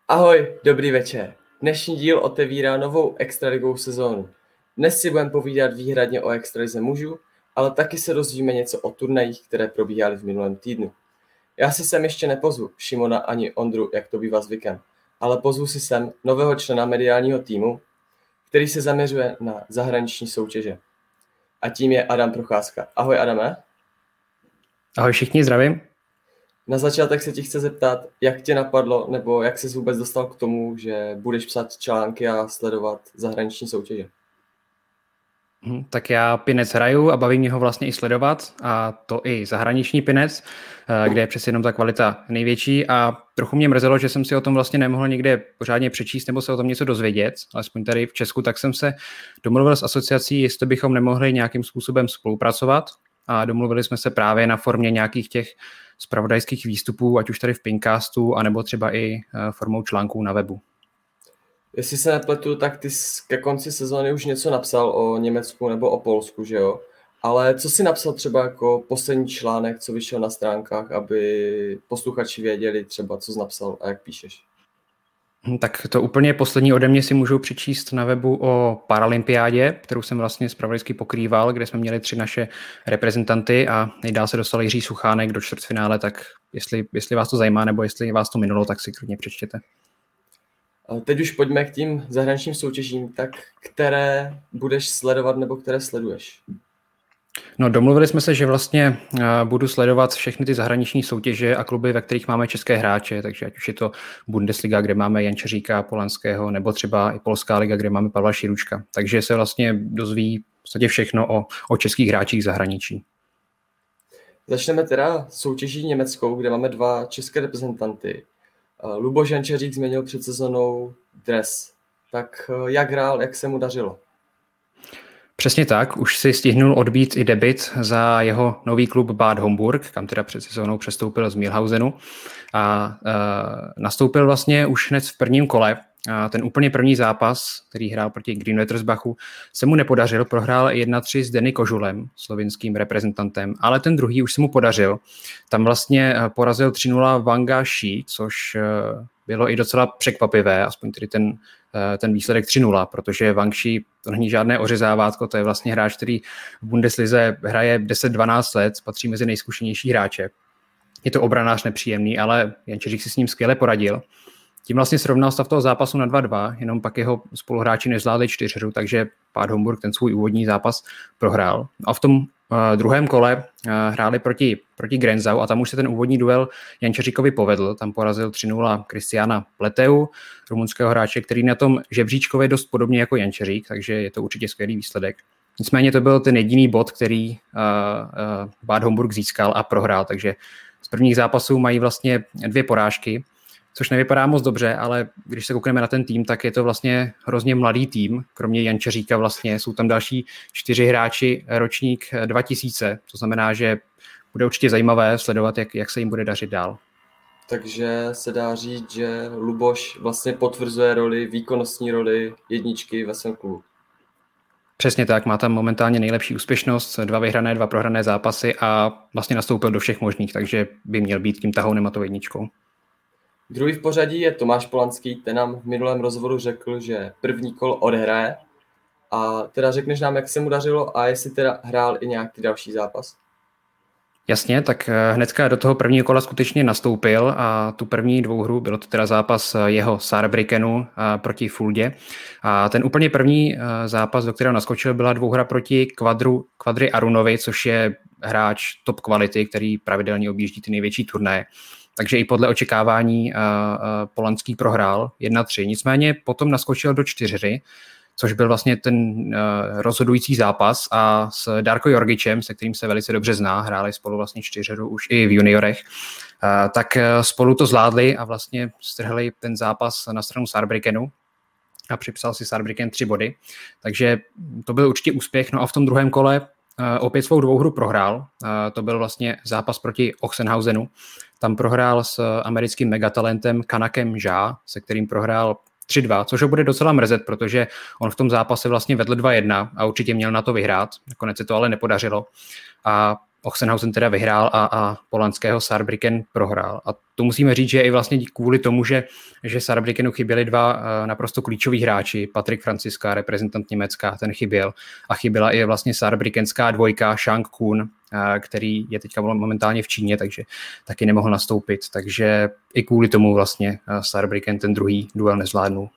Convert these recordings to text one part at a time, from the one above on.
Ahoj, dobrý večer. Dnešní díl otevírá novou extraligovou sezónu. Dnes si budeme povídat výhradně o extralize mužů, ale taky se dozvíme něco o turnajích, které probíhaly v minulém týdnu. Já si sem ještě nepozvu Šimona ani Ondru, jak to bývá zvykem, ale pozvu si sem nového člena mediálního týmu, který se zaměřuje na zahraniční soutěže. A tím je Adam Procházka. Ahoj Adame. Ahoj všichni, zdravím. Na začátek se ti chci zeptat, jak tě napadlo, nebo jak jsi vůbec dostal k tomu, že budeš psát články a sledovat zahraniční soutěže? Tak já pinec hraju a baví mě ho vlastně i sledovat, a to i zahraniční pinec, kde je přeci jenom ta kvalita největší, a trochu mě mrzelo, že jsem si o tom vlastně nemohl někde pořádně přečíst nebo se o tom něco dozvědět, alespoň tady v Česku, tak jsem se domluvil s asociací, jestli bychom nemohli nějakým způsobem spolupracovat, a domluvili jsme se právě na formě nějakých těch zpravodajských výstupů, ať už tady v Pincastu, anebo třeba i formou článků na webu. Jestli se nepletu, tak ty ke konci sezóny už něco napsal o Německu nebo o Polsku, že jo? Ale co jsi napsal třeba jako poslední článek, co vyšel na stránkách, aby posluchači věděli třeba, co jsi napsal a jak píšeš? Tak to úplně poslední ode mě si můžou přečíst na webu o Paralympiádě, kterou jsem vlastně zpravodajsky pokrýval, kde jsme měli 3 naše reprezentanty a nejdál se dostal Jiří Suchánek do čtvrtfinále, tak jestli vás to zajímá nebo jestli vás to minulo, tak si klidně přečtěte. Teď už pojďme k tím zahraničním soutěžím, tak které budeš sledovat nebo které sleduješ? No, domluvili jsme se, že vlastně budu sledovat všechny ty zahraniční soutěže a kluby, ve kterých máme české hráče, takže ať už je to Bundesliga, kde máme Jančeříka Polanského, nebo třeba i Polská liga, kde máme Pavla Širučka. Takže se vlastně dozví v podstatě všechno o českých hráčích zahraničí. Začneme teda soutěží německou, kde máme 2 české reprezentanty. Luboš Jančeřík změnil před sezónou dres. Tak jak hrál, jak se mu dařilo? Přesně tak, už si stihnul odbít i debut za jeho nový klub Bad Homburg, kam teda před sezónou přestoupil z Mühlhausenu a nastoupil vlastně už hned v prvním kole. A ten úplně první zápas, který hrál proti Grünwettersbachu, se mu nepodařil, prohrál 1-3 s Denny Kožulem, slovinským reprezentantem, ale ten druhý už se mu podařil. Tam vlastně porazil 3-0 Wanga Shi, což bylo i docela překvapivé, aspoň tedy ten výsledek 3-0, protože Wang Shi to není žádné ořezávátko, to je vlastně hráč, který v Bundeslize hraje 10-12 let, patří mezi nejzkušenější hráče. Je to obranář nepříjemný, ale Jančeřík si s ním skvěle poradil. Tím vlastně srovnal stav toho zápasu na 2-2, jenom pak jeho spoluhráči nezvládli 4, takže Bad Homburg ten svůj úvodní zápas prohrál. A v tom druhém kole hráli proti Grenzau a tam už se ten úvodní duel Jančeříkovi povedl. Tam porazil 3-0 Kristiana Pleteu, rumunského hráče, který na tom žebříčkově je dost podobně jako Jančeřík, takže je to určitě skvělý výsledek. Nicméně to byl ten jediný bod, který Bad Homburg získal a prohrál, takže z prvních zápasů mají vlastně 2 porážky, což nevypadá moc dobře, ale když se koukneme na ten tým, tak je to vlastně hrozně mladý tým. Kromě Jančeříka vlastně jsou tam další 4 hráči ročník 2000, to znamená, že bude určitě zajímavé sledovat, jak se jim bude dařit dál. Takže se dá říct, že Luboš vlastně potvrzuje výkonnostní roli jedničky ve svém klubu. Přesně tak, má tam momentálně nejlepší úspěšnost, 2 vyhrané, 2 prohrané zápasy a vlastně nastoupil do všech možných, takže by měl být tím tahounem a tou jedničkou. Druhý v pořadí je Tomáš Polanský, ten nám v minulém rozhovoru řekl, že první kolo odehraje. A teda řekneš nám, jak se mu dařilo a jestli teda hrál i nějaký další zápas? Jasně, tak hnedka do toho prvního kola skutečně nastoupil a tu první dvouhru, bylo to teda zápas jeho Saarbrückenu proti Fuldě. A ten úplně první zápas, do kterého naskočil, byla dvouhra proti Kvadri Arunovi, což je hráč top kvality, který pravidelně objíždí ty největší turnaje. Takže i podle očekávání Polanský prohrál 1-3. Nicméně potom naskočil do 4, což byl vlastně ten rozhodující zápas a s Darko Jorgičem, se kterým se velice dobře zná, hráli spolu vlastně 4 už i v juniorech, tak spolu to zvládli a vlastně strhli ten zápas na stranu Saarbrückenu a připsal si Saarbrücken 3 body. Takže to byl určitě úspěch. No a v tom druhém kole opět svou dvouhru prohrál. To byl vlastně zápas proti Ochsenhausenu. Tam prohrál s americkým megatalentem Kanakem Jha, se kterým prohrál 3-2, což ho bude docela mrzet, protože on v tom zápase vlastně vedl 2-1 a určitě měl na to vyhrát. Nakonec se to ale nepodařilo. A Ochsenhausen teda vyhrál a polandského Saarbrücken prohrál. A to musíme říct, že i vlastně kvůli tomu, že Saarbrückenu chyběli dva naprosto klíčoví hráči, Patrik Franziska, reprezentant Německa, ten chyběl, a chyběla i vlastně saarbrückenská dvojka Shang Kun, který je teďka momentálně v Číně, takže taky nemohl nastoupit. Takže i kvůli tomu vlastně Saarbrücken ten druhý duel nezvládnul.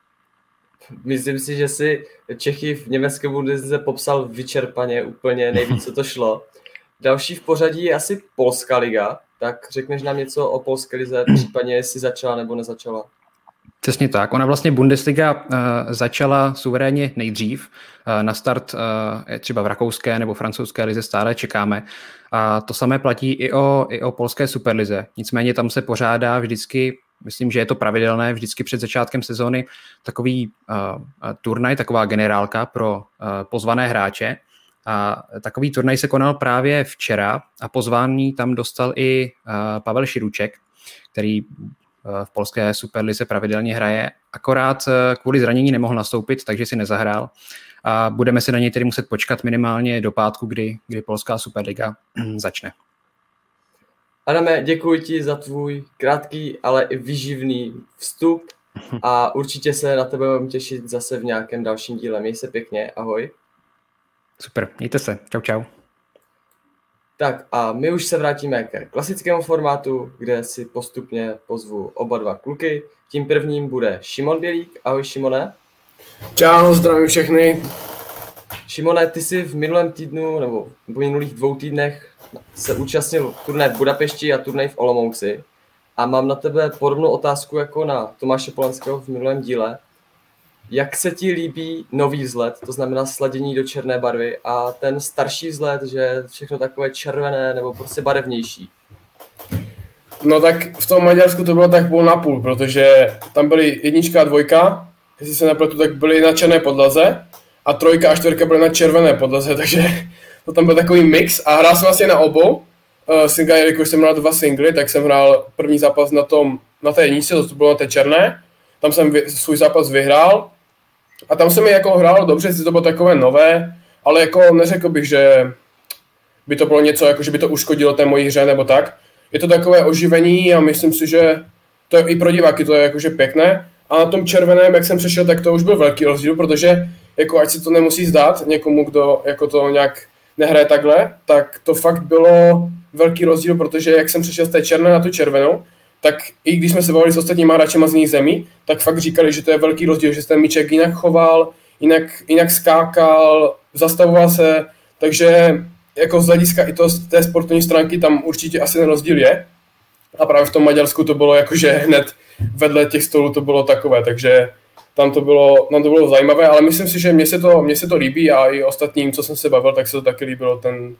Myslím si, že si Čechy v německé Bundeslize popsal vyčerpaně, úplně nejvíc, co to šlo. Další v pořadí je asi polská liga, tak řekneš nám něco o polské lize, případně jestli začala nebo nezačala? Přesně tak. Ona vlastně Bundesliga začala suverénně nejdřív. Na start třeba v rakouské nebo francouzské lize stále čekáme. A to samé platí i o polské superlize. Nicméně tam se pořádá vždycky, myslím, že je to pravidelné, vždycky před začátkem sezóny takový turnaj, taková generálka pro pozvané hráče. A takový turnaj se konal právě včera a pozvání tam dostal i Pavel Širuček, který v polské superlize pravidelně hraje, akorát kvůli zranění nemohl nastoupit, takže si nezahrál a budeme si na něj tedy muset počkat minimálně do pátku, kdy polská superliga začne. Adame, děkuji ti za tvůj krátký, ale i výživný vstup a určitě se na tebe budeme těšit zase v nějakém dalším díle. Měj se pěkně, ahoj. Super, mějte se, čau. Tak a my už se vrátíme ke klasickému formátu, kde si postupně pozvu oba dva kluky. Tím prvním bude Šimon Bělík. Ahoj Šimone. Čau, zdravím všechny. Šimone, ty jsi v minulém týdnu nebo v minulých 2 týdnech se účastnil turnaj v Budapešti a turnaj v Olomouci. A mám na tebe podobnou otázku jako na Tomáše Polanského v minulém díle. Jak se ti líbí nový vzhled, to znamená sladění do černé barvy, a ten starší vzhled, že je všechno takové červené nebo prostě barevnější? No tak v tom Maďarsku to bylo tak půl na půl, protože tam byly 1 a 2, jestli se nepletu, tak byly na černé podlaze a 3 a 4 byly na červené podlaze, takže to tam byl takový mix a hrál jsem vlastně na obou. Jelikož jsem hrál 2 singly, tak jsem hrál první zápas na té 1, to bylo na té černé. Tam jsem svůj zápas vyhrál a tam se mi jako hrálo dobře, to bylo takové nové, ale jako neřekl bych, že by to bylo něco, jako že by to uškodilo té mojí hře nebo tak. Je to takové oživení a myslím si, že to je i pro diváky, to je jakože pěkné. A na tom červeném, jak jsem přešel, tak to už byl velký rozdíl, protože jako ať si to nemusí zdát někomu, kdo jako to nějak nehraje takhle, tak to fakt bylo velký rozdíl, protože jak jsem přešel z té černé na tu červenou, tak i když jsme se bavili s ostatníma hráčema z jiných zemí, tak fakt říkali, že to je velký rozdíl, že se ten míček jinak choval, jinak skákal, zastavoval se, takže jako z hlediska i té sportovní stránky tam určitě asi ten rozdíl je. A právě v tom Maďarsku to bylo jakože hned vedle těch stolů to bylo takové, takže tam to bylo zajímavé, ale myslím si, že mně se to líbí a i ostatním, co jsem se bavil, tak se to taky líbilo,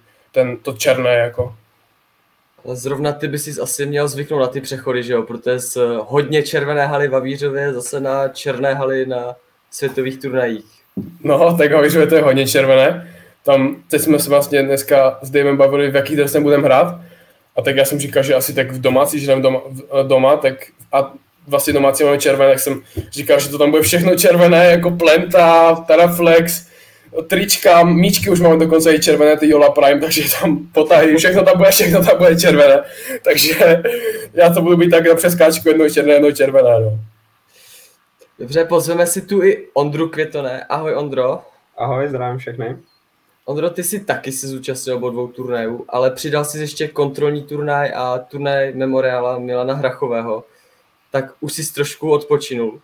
to černé jako. Ale zrovna ty bys asi měl zvyknout na ty přechody, že jo? Protože z hodně červené haly v Havířově zase na černé haly na světových turnajích. No, tak Havířově to je hodně červené. Tam teď jsme se vlastně dneska s Davem bavili, v jaký dres budeme hrát. A tak já jsem říkal, že asi tak v domácí, že jdem doma, tak a vlastně domácí máme červené, tak jsem říkal, že to tam bude všechno červené, jako Plenta, Taraflex, trička, míčky už máme dokonce i červené, ty Jola Prime, takže tam potahy, všechno tam bude červené. Takže já to budu být tak na přeskáčku, jednou černé, jednou červené. No. Dobře, pozveme si tu i Ondru Květone. Ahoj Ondro. Ahoj, zdravím všechny. Ondro, ty si taky se zúčastnil obou 2 turnajů, ale přidal si ještě kontrolní turnaj a turnaj Memoriala Milana Hrachového. Tak už jsi trošku odpočinul.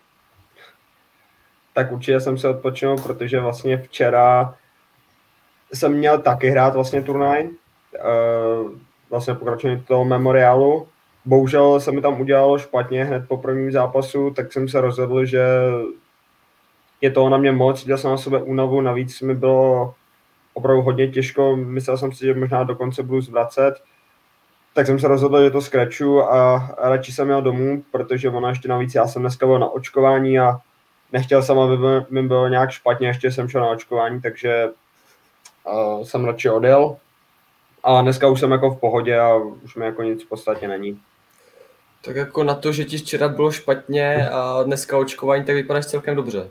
Tak určitě jsem se odpočinul, protože vlastně včera jsem měl taky hrát vlastně turnaj, vlastně pokračování toho Memorialu. Bohužel se mi tam udělalo špatně hned po prvním zápasu, tak jsem se rozhodl, že je toho na mě moc, dělal jsem na sebe únavu, navíc mi bylo opravdu hodně těžko, myslel jsem si, že možná dokonce budu zvracet, tak jsem se rozhodl, že to skraču a radši jsem jel domů, protože ona ještě navíc, já jsem dneska byl na očkování a nechtěl jsem, aby mi bylo nějak špatně, ještě jsem šel na očkování, takže jsem radši odjel. A dneska už jsem jako v pohodě a už mi jako nic v podstatě není. Tak jako na to, že ti včera bylo špatně a dneska očkování, tak vypadáš celkem dobře.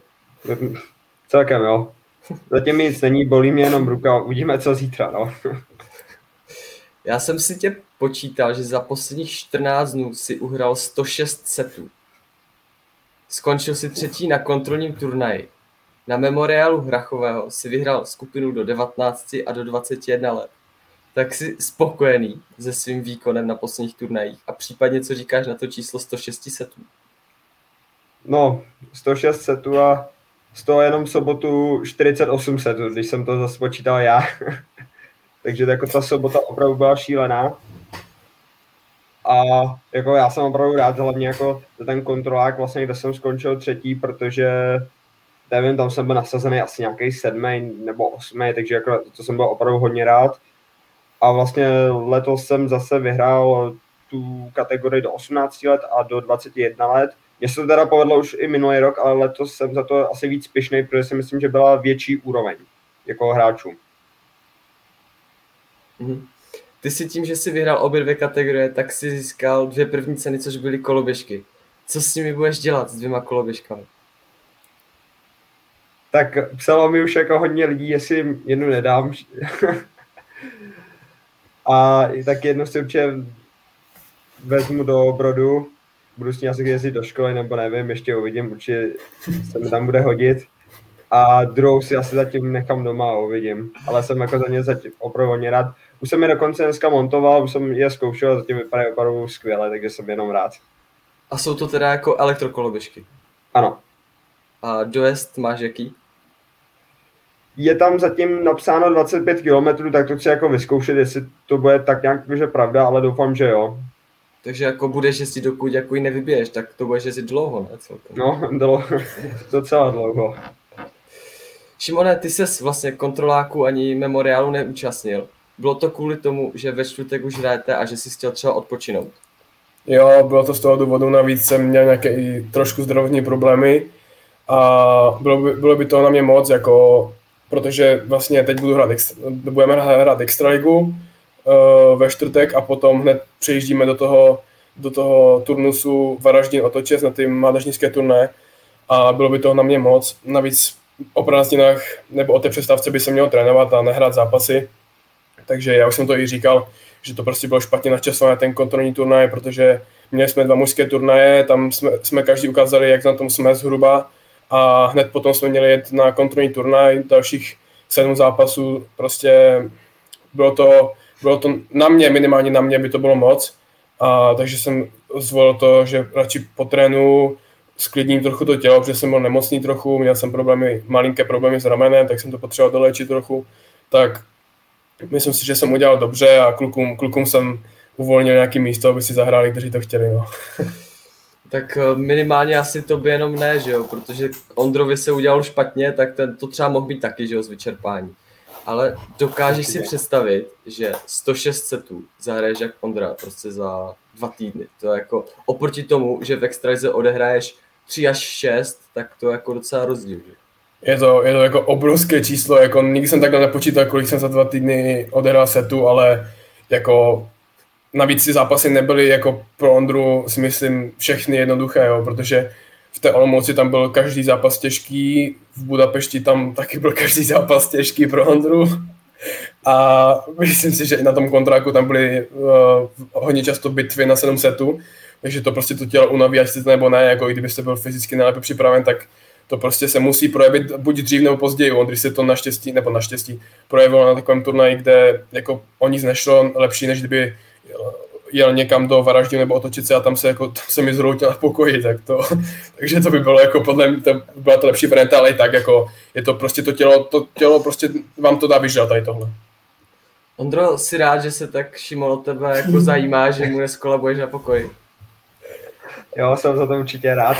Celkem jo. Zatím mi nic není, bolí mě jenom ruka, uvidíme co zítra, no. Já jsem si tě počítal, že za posledních 14 dnů si uhrál 106 setů. Skončil si 3. na kontrolním turnaji. Na Memoriálu Hrachového si vyhrál skupinu do 19 a do 21 let. Tak jsi spokojený se svým výkonem na posledních turnajích a případně co říkáš na to číslo 106 setů? No, 106 setů a z toho jenom v sobotu 48 setů, když jsem to zase počítal já. Takže jako ta sobota opravdu byla šílená. A jako já jsem opravdu rád, hlavně jako ten kontrolák vlastně, kde jsem skončil 3., protože nevím, tam jsem byl nasazený asi nějaký 7. nebo 8, takže jako to jsem byl opravdu hodně rád. A vlastně letos jsem zase vyhrál tu kategorii do 18 let a do 21 let. Mně se to teda povedlo už i minulý rok, ale letos jsem za to asi víc pyšnej, protože si myslím, že byla větší úroveň jako hráčů. Ty si tím, že jsi vyhrál obě 2 kategorie, tak si získal 2 první ceny, což byly koloběžky. Co s nimi budeš dělat s 2 koloběžkami? Tak psalo mi už jako hodně lidí, jestli jim jednu nedám. A tak jednu si určitě vezmu do Brodu. Budu s ní asi jezdit do školy, nebo nevím, ještě uvidím, určitě se mi tam bude hodit. A druhou si asi zatím nechám doma a uvidím. Ale jsem jako za ně zatím opravdu hodně rád. Už jsem je dokonce dneska montoval, už jsem je zkoušel a zatím vypadají opravdu skvěle, takže jsem jenom rád. A jsou to teda jako elektrokoloběžky? Ano. A dojezd máš jaký? Je tam zatím napsáno 25 km, tak to chci jako vyzkoušet, jestli to bude tak nějak že pravda, ale doufám, že jo. Takže jako budeš jezdit, dokud jako ji nevybiješ, tak to budeš jezdit dlouho, ne? Celkem. No, docela dlouho. Šimone, ty ses vlastně kontroláku ani memoriálu neúčastnil. Bylo to kvůli tomu, že ve čtvrtek už hrajete a že jsi chtěl třeba odpočinout? Jo, bylo to z toho důvodu, navíc jsem měl nějaké i trošku zdravotní problémy a bylo by to na mě moc, jako, protože vlastně teď budeme hrát extraligu ve čtvrtek a potom hned přejíždíme do toho turnusu Varaždin Otočec na ty mládežnické turné a bylo by to na mě moc. Navíc o prázdninách nebo o té přestávce by se měl trénovat a nehrát zápasy. Takže já už jsem to i říkal, že to prostě bylo špatně načasované ten kontrolní turnaj, protože měli jsme 2 mužské turnaje, tam jsme každý ukázali, jak na tom jsme zhruba a hned potom jsme měli jet na kontrolní turnaj, dalších 7 zápasů, prostě bylo to na mě, minimálně na mě by to bylo moc, a takže jsem zvolil to, že radši po trénu sklidním trochu to tělo, protože jsem byl nemocný trochu, měl jsem malinké problémy s ramenem, tak jsem to potřeboval doléčit trochu, tak myslím si, že jsem udělal dobře a klukům jsem uvolnil nějaké místo, aby si zahráli, kteří to chtěli. No. Tak minimálně asi to by jenom ne, že jo, protože Ondrovi se udělal špatně, tak to třeba mohl být taky, že jo, z vyčerpání. Ale dokážeš si představit, že 106 setů zahraješ jak Ondra prostě za 2 týdny. To je jako oproti tomu, že v extralize odehraješ 3 až 6, tak to je jako docela rozdíl. Že? Je to jako obrovské číslo, jako nikdy jsem takhle nepočítal, kolik jsem za 2 týdny odehrál setu, ale jako navíc ty zápasy nebyly jako pro Ondru, si myslím, všechny jednoduché, jo, protože v té Olomouci tam byl každý zápas těžký, v Budapešti tam taky byl každý zápas těžký pro Ondru a myslím si, že i na tom kontráku tam byly hodně často bitvy na 7 setů, takže to prostě to tělo unaví, ať si to nebo ne, jako i kdybyste byl fyzicky nejlépe připraven, tak to prostě se musí projevit buď dřív nebo později. Ondry se to naštěstí projevilo na takovém turnaji, kde jako o nic nešlo lepší, než kdyby jel někam do Varaždinu nebo Otočice a tam se mi zhroutil na pokoji, takže to by bylo jako podle mě, to byla to lepší varianta, ale i tak jako je to prostě to tělo prostě vám to dá vyžrat tady tohle. Ondro, jsi rád, že se tak Šimon o tebe jako zajímá, že mu neskolabuješ na pokoji? Jo, jsem za to určitě rád.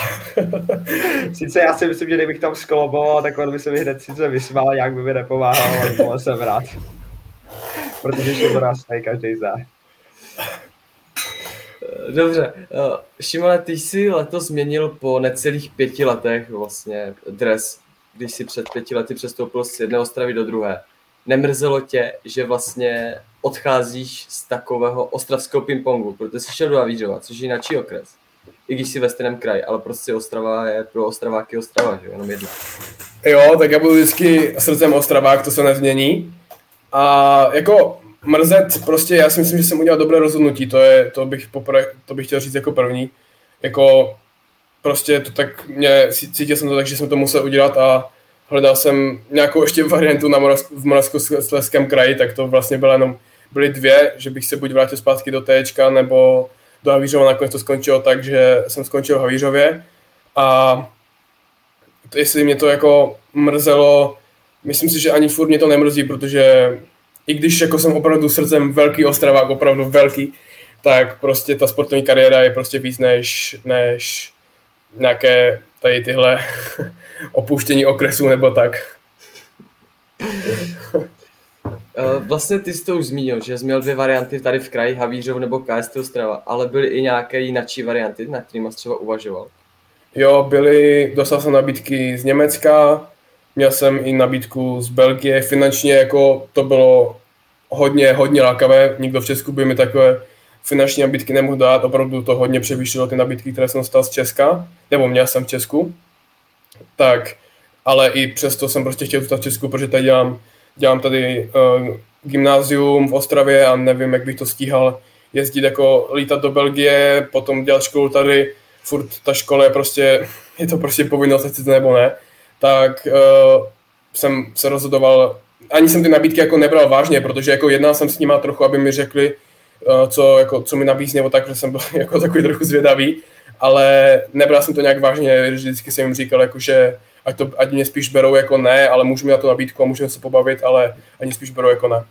Sice já si myslím, že kdybych tam skolaboval, tak on by se mi hned sice vysmál, jak by mi nepomáhal, ale jsem rád. Protože Šimon nás tady každý zná. Dobře. Šimone, ty jsi letos změnil po necelých 5 letech vlastně dres, když jsi před 5 lety přestoupil z jedné Ostravy do druhé. Nemrzelo tě, že vlastně odcházíš z takového ostravského pingpongu, protože jsi šel do Havířova, což je jináčí okres. I když jsi ve stejném kraji, ale prostě Ostrava je pro Ostraváky Ostrava, že jenom jedno. Jo, tak já budu vždycky srdcem Ostravák, to se nezmění. A jako mrzet, prostě já si myslím, že jsem udělal dobré rozhodnutí, to bych chtěl říct jako první. Jako prostě to tak, cítil jsem to tak, že jsem to musel udělat a hledal jsem nějakou ještě variantu v Moravskoslezském kraji, tak to vlastně byly dvě, že bych se buď vrátil zpátky do Téčka nebo do Havířova, nakonec to skončilo tak, že jsem skončil v Havířově a jestli mě to jako mrzelo, myslím si, že ani furt mě to nemrzí, protože i když jako jsem opravdu srdcem velký Ostravák, opravdu velký, tak prostě ta sportovní kariéra je prostě víc než nějaké tady tyhle opuštění okresů nebo tak. Vlastně ty jsi to už zmínil, že jsi měl 2 varianty tady v kraji, Havířov nebo KST Ostrava, ale byly i nějaké jinačí varianty, na kterými jsi třeba uvažoval? Jo, dostal jsem nabídky z Německa, měl jsem i nabídku z Belgie, finančně jako to bylo hodně lákavé, nikdo v Česku by mi takové finanční nabídky nemohl dát, opravdu to hodně převýšilo ty nabídky, které jsem dostal z Česka, nebo měl jsem v Česku, tak, ale i přesto jsem prostě chtěl zůstat v Česku, protože tady dělám tady gymnázium v Ostravě a nevím, jak bych to stíhal jezdit jako lítat do Belgie, potom dělat školu tady, furt ta škola je to prostě povinnost, ať to nebo ne, tak jsem se rozhodoval, ani jsem ty nabídky jako nebral vážně, protože jako jednal jsem s nima trochu, aby mi řekli, co mi nabízí, nebo tak, že jsem byl jako takový trochu zvědavý, ale nebral jsem to nějak vážně, vždycky jsem jim říkal, jako, že ať mě spíš berou jako ne, ale můžu mi na tu nabídku a můžeme se pobavit, ale ani spíš berou jako ne.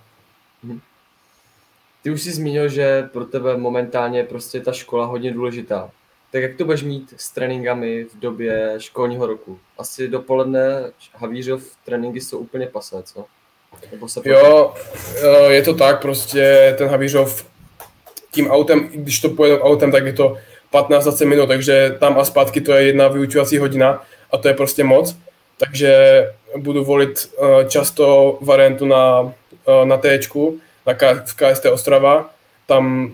Ty už jsi zmínil, že pro tebe momentálně je prostě ta škola hodně důležitá. Tak jak to budeš mít s tréninkami v době školního roku? Asi dopoledne Havířov tréninky jsou úplně pasé, co? Jo, je to tak, prostě ten Havířov tím autem, když to pojedu autem, tak je to 15-20 minut, takže tam a zpátky to je 1 vyučovací hodina a to je prostě moc. Takže budu volit často variantu na Téčku, v KST Ostrava. Tam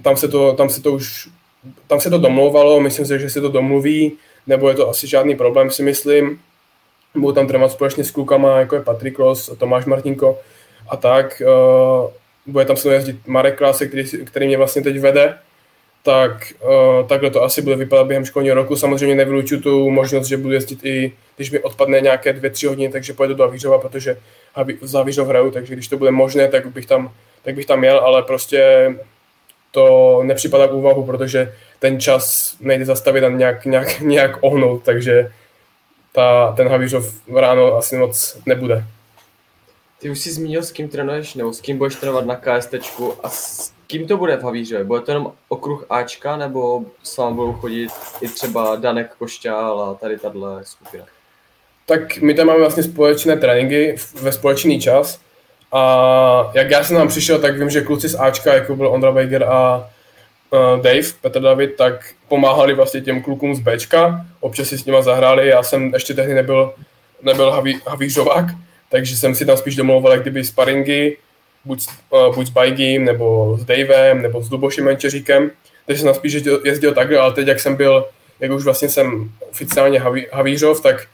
se to domlouvalo, myslím si, že se to domluví, nebo je to asi žádný problém, si myslím. Budu tam trénovat společně s klukama, jako je Patrik Klos, Tomáš Martinko a tak. Bude tam se jezdit Marek Klásek, který mě vlastně teď vede. Tak takhle to asi bude vypadat během školního roku. Samozřejmě nevylučuju tu možnost, že budu jezdit i, když mi odpadne nějaké 2-3 hodiny, takže pojedu do Havířova, protože za Havířov hraju, takže když to bude možné, tak bych tam jel, ale prostě to nepřipadá k úvahu, protože ten čas nejde zastavit a nějak ohnout, takže ten Havířov ráno asi moc nebude. Ty už jsi zmínil, s kým trénuješ, nebo s kým budeš trénovat na KSTčku a s kým to bude v Havířově? Bude to jenom okruh Ačka, nebo s vámi budou chodit i třeba Danek Košťál a tady tahle skupina? Tak my tam máme vlastně společné tréninky ve společný čas a jak já jsem tam přišel, tak vím, že kluci z Ačka, jako byl Ondra Weiger a Dave, Petr David, tak pomáhali vlastně těm klukům z Bčka, občas si s nima zahráli, já jsem ještě tehdy nebyl Havířovák, takže jsem si tam spíš domlouval jak kdyby sparingy, buď s Bajgím, nebo s Davem, nebo s Lubošem Menčeříkem, takže jsem tam spíš jezdil takhle, ale teď jak už vlastně jsem oficiálně Havířov, tak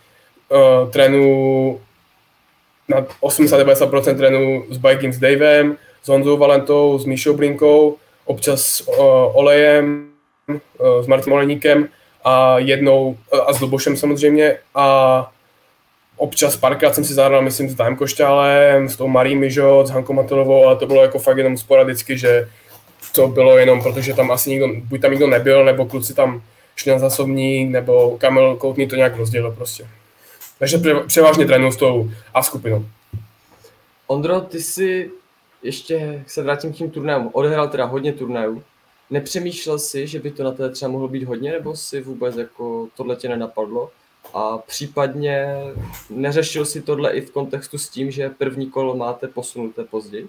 trénu na 80-90% trénu s Bajgím, s Davem, s Honzou Valentou, s Míšou Blinkou, občas s Olejem, s Martinem Olejníkem a s Lubošem samozřejmě a občas párkrát jsem si zahrál, myslím, s Danem Košťálem, s tou Marí Mižot, s Hankou Matelovou, ale to bylo jako fakt jenom sporadicky, že to bylo jenom, protože tam asi buď tam nikdo nebyl, nebo kluci tam šli na zásobník, nebo Kamil Koutný to nějak rozdělil prostě. Takže převážně trénuju s tou A skupinou. Ondro, ty si ještě se vrátím k tím turnajům. Odehrál teda hodně turnajů. Nepřemýšlel jsi, že by to na té třeba mohlo být hodně, nebo si vůbec jako tohle tě nenapadlo? A případně neřešil si tohle i v kontextu s tím, že první kolo máte posunuté později?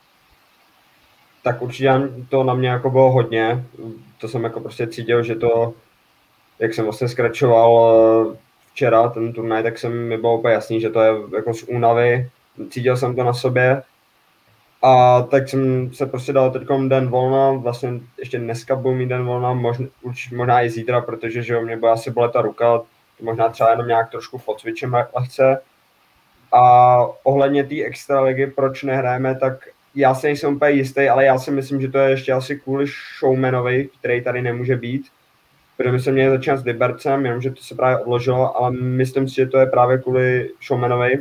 Tak určitě to na mě jako bylo hodně. To jsem jako prostě cítil, že to, jak jsem vlastně skračoval včera ten turnaj, tak mi bylo úplně jasný, že to je jako z únavy. Cítil jsem to na sobě. A tak jsem se prostě dal teďkom den volna, vlastně ještě dneska budu mít den volna, možná i zítra, protože že mě bude asi bolet ta ruka, možná třeba jenom nějak trošku pocvičím lehce. A ohledně té extraligy, proč nehrajeme, tak já si nejsem úplně jistý, ale já si myslím, že to je ještě asi kvůli Showmanovi, který tady nemůže být. Protože my jsme měli začínat s Libercem, jenomže to se právě odložilo, ale myslím si, že to je právě kvůli Showmanovi.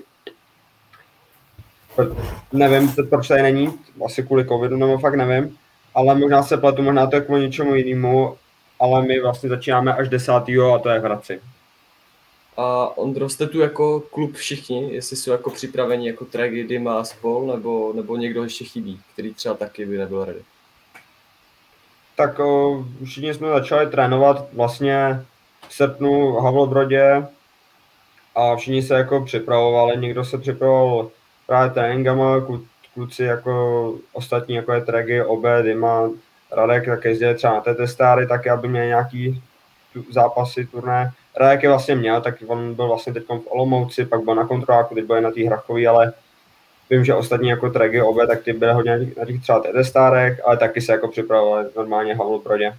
Nevím, proč tady není, asi kvůli covidu, nebo fakt nevím, ale možná se pletu, možná to je kvůli něčemu jinému, ale my vlastně začínáme až 10. a to je v Hradci. A Ondro, jste tu jako klub všichni, jestli jsou jako připraveni jako Tregi, Dima a spol, nebo někdo ještě chybí, který třeba taky by nebyl ready? Tak všichni jsme začali trénovat vlastně v srpnu v Havlobrodě a všichni se jako připravovali, někdo se připravoval právě tréninkama, kluci jako ostatní, jako je Tregi, Obe, Dima, Radek, tak jezdili třeba na té testáry, taky aby měli nějaký zápasy, turné. Radek je vlastně měl, tak on byl vlastně teď v Olomouci, pak byl na kontroláku, teď byl na té Hrachový, ale vím, že ostatní jako Tregi, Obe, tak ty byly hodně na těch třeba testárech, ale taky se jako připravovali normálně v Havlobrodě.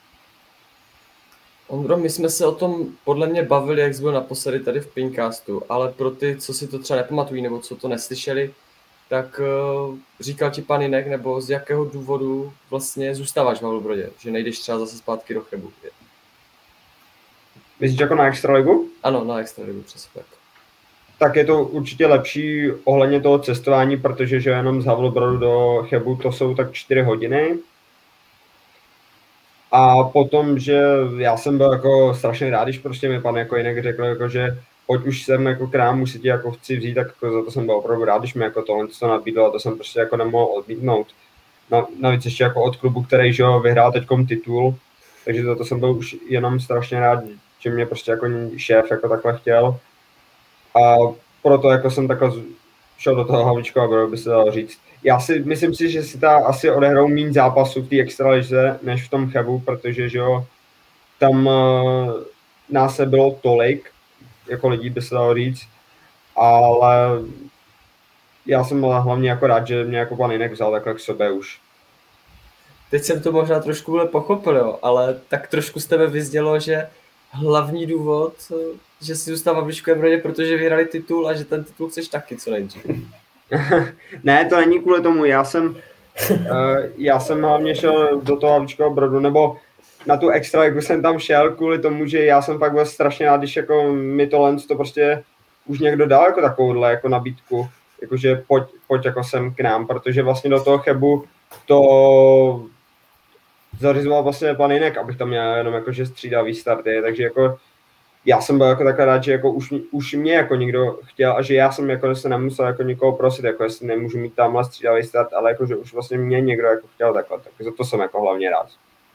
Ondro, my jsme se o tom podle mě bavili, jak jsi byl naposledy tady v Pincastu, ale pro ty, co si to třeba nepamatují nebo co to neslyšeli, tak říkal ti pan Jinek, nebo z jakého důvodu vlastně zůstáváš v Havlobrodě, že nejdeš třeba zase zpátky do Chebu? Myslíš jako na Extraligu? Ano, na Extraligu, přesně tak. Tak je to určitě lepší ohledně toho cestování, protože že jenom z Havlobrodu do Chebu to jsou tak 4 hodiny. A potom, že já jsem byl jako strašně rád, když prostě mi pan jako Jinek řekl, jako, že pojď už sem jako k nám, už si tě jako chci vzít, tak jako za to jsem byl opravdu rád, když mi jako tohle to nabídlo a to jsem prostě jako nemohl odmítnout. Navíc ještě jako od klubu, který že jo, vyhrál teďkom titul, takže za to jsem byl už jenom strašně rád, že mě prostě jako šéf jako takhle chtěl. A proto jako jsem takhle šel do toho Havlíčkova Brodu, by se dalo říct. Já si myslím si, že si asi odehrou méně zápasů v té extralize než v tom Chebu, protože že jo, tam nás nebylo tolik, jako lidí by se dalo říct, ale já jsem hlavně jako rád, že mě jako pan Jinek vzal takhle k sobě už. Teď jsem to možná trošku pochopil, jo, ale tak trošku z tebe vyznělo, že hlavní důvod, že si zůstává v Havlíčkově Brodě, protože vyhrali titul a že ten titul chceš taky co nejdřív. Ne, to není kvůli tomu, já jsem hlavně šel do toho Havlíčkova Brodu, nebo na tu extraligu jsem tam šel kvůli tomu, že já jsem pak byl strašně rád, když jako mi to prostě už někdo dal jako takovouhle jako nabídku, jakože pojď jako sem k nám, protože vlastně do toho Chebu to zařizoval vlastně pan Jinek, abych tam měl jenom jakože střídavý starty, takže jako já jsem byl jako takhle rád, že jako už mě jako někdo chtěl a že já jsem jako se nemusel jako nikoho prosit, jako jestli nemůžu mít tamhle střídavý start, ale jako že už vlastně mě někdo jako chtěl takhle, tak za to jsem jako hlavně rád.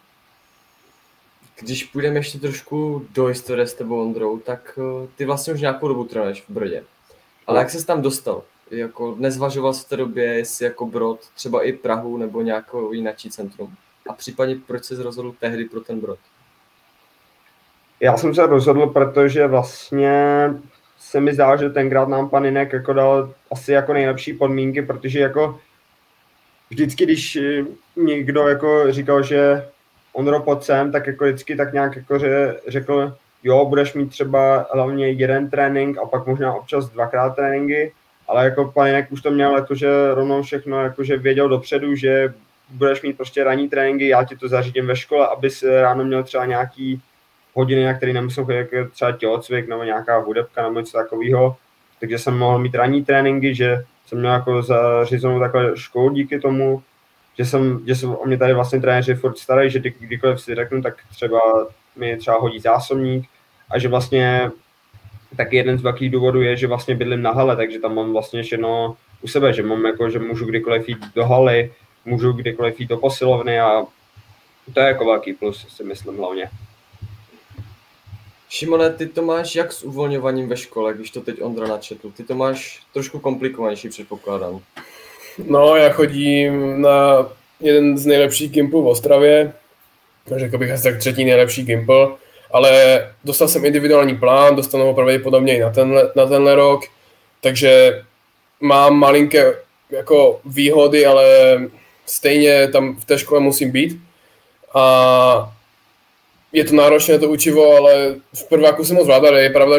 Když půjdeme ještě trošku do historie s tebou, Ondrou, tak ty vlastně už nějakou dobu trénuješ v Brodě. Ale jak ses tam dostal? Jako nezvažoval jsi v té době, jestli jako Brod, třeba i Prahu nebo nějakou jináčí centrum? A případně proč jsi rozhodl tehdy pro ten Brod? Já jsem se rozhodl, protože vlastně se mi zdá, že tenkrát nám pan Jinek jako dal asi jako nejlepší podmínky, protože jako vždycky, když někdo jako říkal, že Ondro pojď sem, tak jako vždycky tak nějak jako řekl, jo, budeš mít třeba hlavně jeden trénink a pak možná občas 2x tréninky, ale jako pan Jinek už to měl jakože rovnou všechno, jakože věděl dopředu, že budeš mít prostě ranní tréninky, já ti to zařídím ve škole, abys ráno měl třeba nějaký hodiny, na který nemusím chodit, jako třeba tělocvik nebo nějaká hudebka nebo něco takového, takže jsem mohl mít ranní tréninky, že jsem měl jako zařízenou takhle školu díky tomu, že se o mě tady vlastně trenéři furt starají, že kdykoliv si řeknu, tak třeba mi třeba hodí zásobník a že vlastně taky jeden z velkých důvodů je, že vlastně bydlím na hale, takže tam mám vlastně všechno u sebe, že mám jako, že můžu kdykoliv jít do haly, můžu kdykoliv jít do posilovny a to je jako velký plus, si myslím hlavně. Šimone, ty to máš jak s uvolňováním ve škole, když to teď Ondra načetl? Ty to máš trošku komplikovanější, předpokládám. No, já chodím na jeden z nejlepších gimpů v Ostravě, řekl bych asi tak 3. nejlepší gimpl, ale dostal jsem individuální plán, dostanu ho pravděpodobně i na tenhle rok, takže mám malinké jako výhody, ale stejně tam v té škole musím být. A je to náročné to učivo, ale v prváku jsem ho zvládal. Je pravda,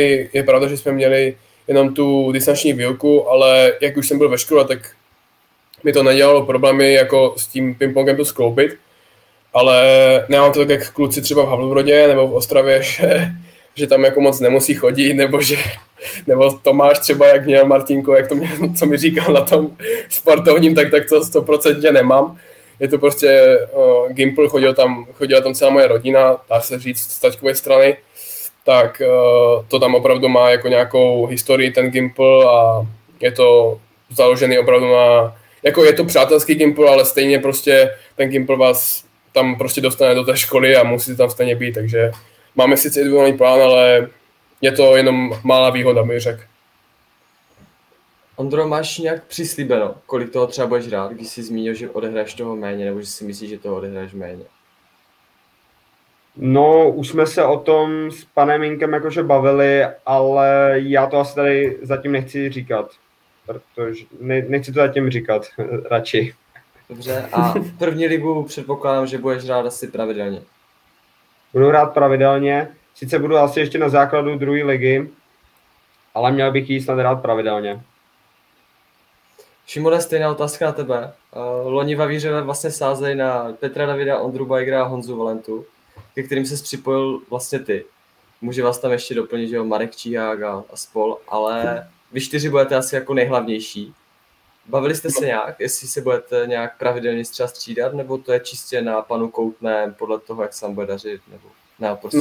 že jsme měli jenom tu distanční výuku, ale jak už jsem byl ve škole, tak mi to nedělalo problémy jako s tím pingpongem to skloubit, ale nemám to tak jak kluci třeba v Havlbrodě nebo v Ostravě, že tam jako moc nemusí chodit, nebo Tomáš třeba, jak měl Martinko, jak to mě, co mi říkal na tom sportovním, tak to 100% nemám. Je to prostě Gimple, chodila tam celá moje rodina, dá se říct z taťkové strany, tak to tam opravdu má jako nějakou historii ten Gimple a je to založený opravdu na, jako je to přátelský Gimple, ale stejně prostě ten Gimple vás tam prostě dostane do té školy a musíte tam stejně být, takže máme sice individuální plán, ale je to jenom malá výhoda, bych řekl. Ondro, máš nějak přislíbeno, kolik toho třeba budeš hrát, když jsi zmínil, že odehraješ toho méně, nebo že si myslíš, že toho odehraješ méně? No, už jsme se o tom s panem Minkem jakože bavili, ale já to asi tady zatím nechci říkat, protože nechci to zatím říkat, radši. Dobře, a první ligu předpokládám, že budeš hrát asi pravidelně. Budu hrát pravidelně, sice budu asi ještě na základu druhé ligy, ale měl bych jí snad hrát pravidelně. Šimone, stejná otázka na tebe. Loni Vavířové vlastně sázejí na Petra Davida, Ondru Bajgra a Honzu Valentu, ke kterým se připojil vlastně ty. Může vás tam ještě doplnit, že jo, Marek Číhák a spol, ale vy 4 budete asi jako nejhlavnější. Bavili jste se nějak, jestli se budete nějak pravidelně třeba střídat, nebo to je čistě na panu Koutném podle toho, jak se vám bude dařit, nebo na prostě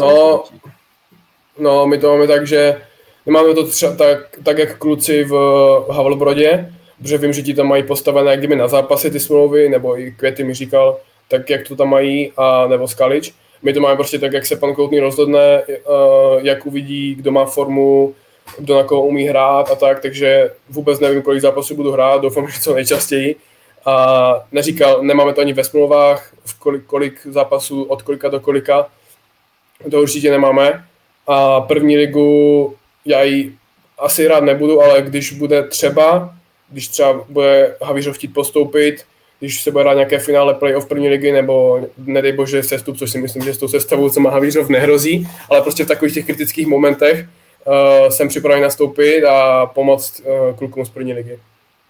No, my to máme tak, že nemáme to třeba tak jak kluci v Havlbrodě, protože vím, že ti tam mají postavené jak kdyby na zápasy ty smlouvy, nebo i Květy mi říkal, tak jak to tam mají, a nebo Skalič. My to máme prostě tak, jak se pan Koutný rozhodne, jak uvidí, kdo má formu, kdo na koho umí hrát a tak, takže vůbec nevím, kolik zápasů budu hrát, doufám, že co nejčastěji. A nemáme to ani ve smlouvách, kolik zápasů, od kolika do kolika, to určitě nemáme. A první ligu já ji asi hrát nebudu, ale když třeba bude Havířov chtít postoupit, když se bude hrát nějaké finále playoff první ligy, nebo nedej bože sestup, což si myslím, že s tou sestavou, co má Havířov, nehrozí, ale prostě v takových těch kritických momentech jsem připravený nastoupit a pomoct klukům z první ligy.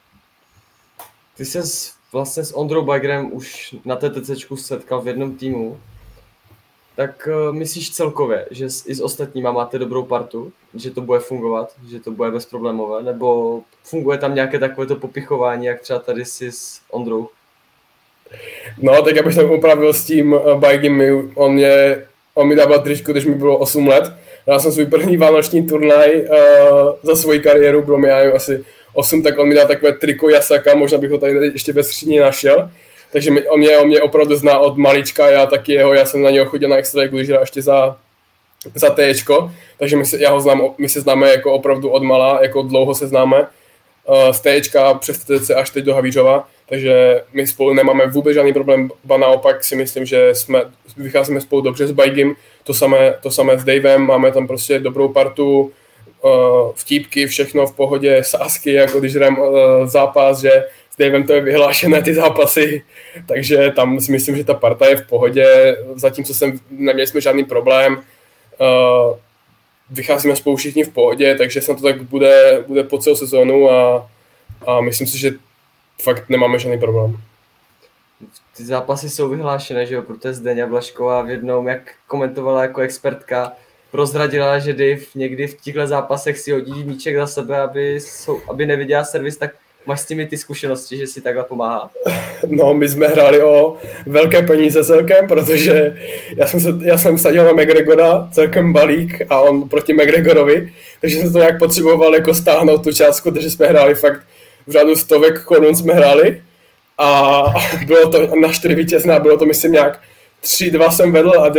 Ty ses vlastně s Ondrou Bajgrem už na TTCčku setkal v jednom týmu. Tak myslíš celkově, že i s ostatníma máte dobrou partu, že to bude fungovat, že to bude bezproblémové, nebo funguje tam nějaké takovéto popichování, jak třeba tady si s Ondrou? No, tak abych tam upravil s tím Bajgem, on mi dával tričku, když mi bylo 8 let. Já jsem svůj první vánoční turnaj za svoji kariéru, bylo mi asi 8, tak on mi dal takové triko Jasaka, možná bych ho tady ještě ve skříni našel. Takže on mě opravdu zná od malička, já taky já jsem na něho chodil na extraligu, když hrál ještě za T-čko, takže my se známe jako opravdu od mala, jako dlouho se známe, z T-čka přes TTC až teď do Havířova, takže my spolu nemáme vůbec žádný problém, ba naopak si myslím, že vycházíme spolu dobře s Bajgem, to samé s Davem, máme tam prostě dobrou partu, vtípky, všechno v pohodě, sázky, jako když hrajeme zápas, že s Davem to je vyhlášené ty zápasy, takže tam si myslím, že ta parta je v pohodě, zatímco neměli jsme žádný problém, vycházíme spolu všichni v pohodě, takže snad to tak bude po celou sezónu a myslím si, že fakt nemáme žádný problém. Ty zápasy jsou vyhlášené, že jo, protože Zdeňa Blašková v jednom, jak komentovala jako expertka, prozradila, že Dave někdy v těchto zápasech si hodí míček za sebe, aby neviděla servis, tak máš s těmi ty zkušenosti, že si takhle pomáhá? No, my jsme hráli o velké peníze celkem, protože já jsem vsadil na McGregora celkem balík a on proti McGregorovi, takže jsem to nějak potřeboval jako stáhnout tu částku, takže jsme hráli fakt v řádu stovek korun jsme hráli a bylo to na 4 vítězná, bylo to myslím nějak 3-2 jsem vedl a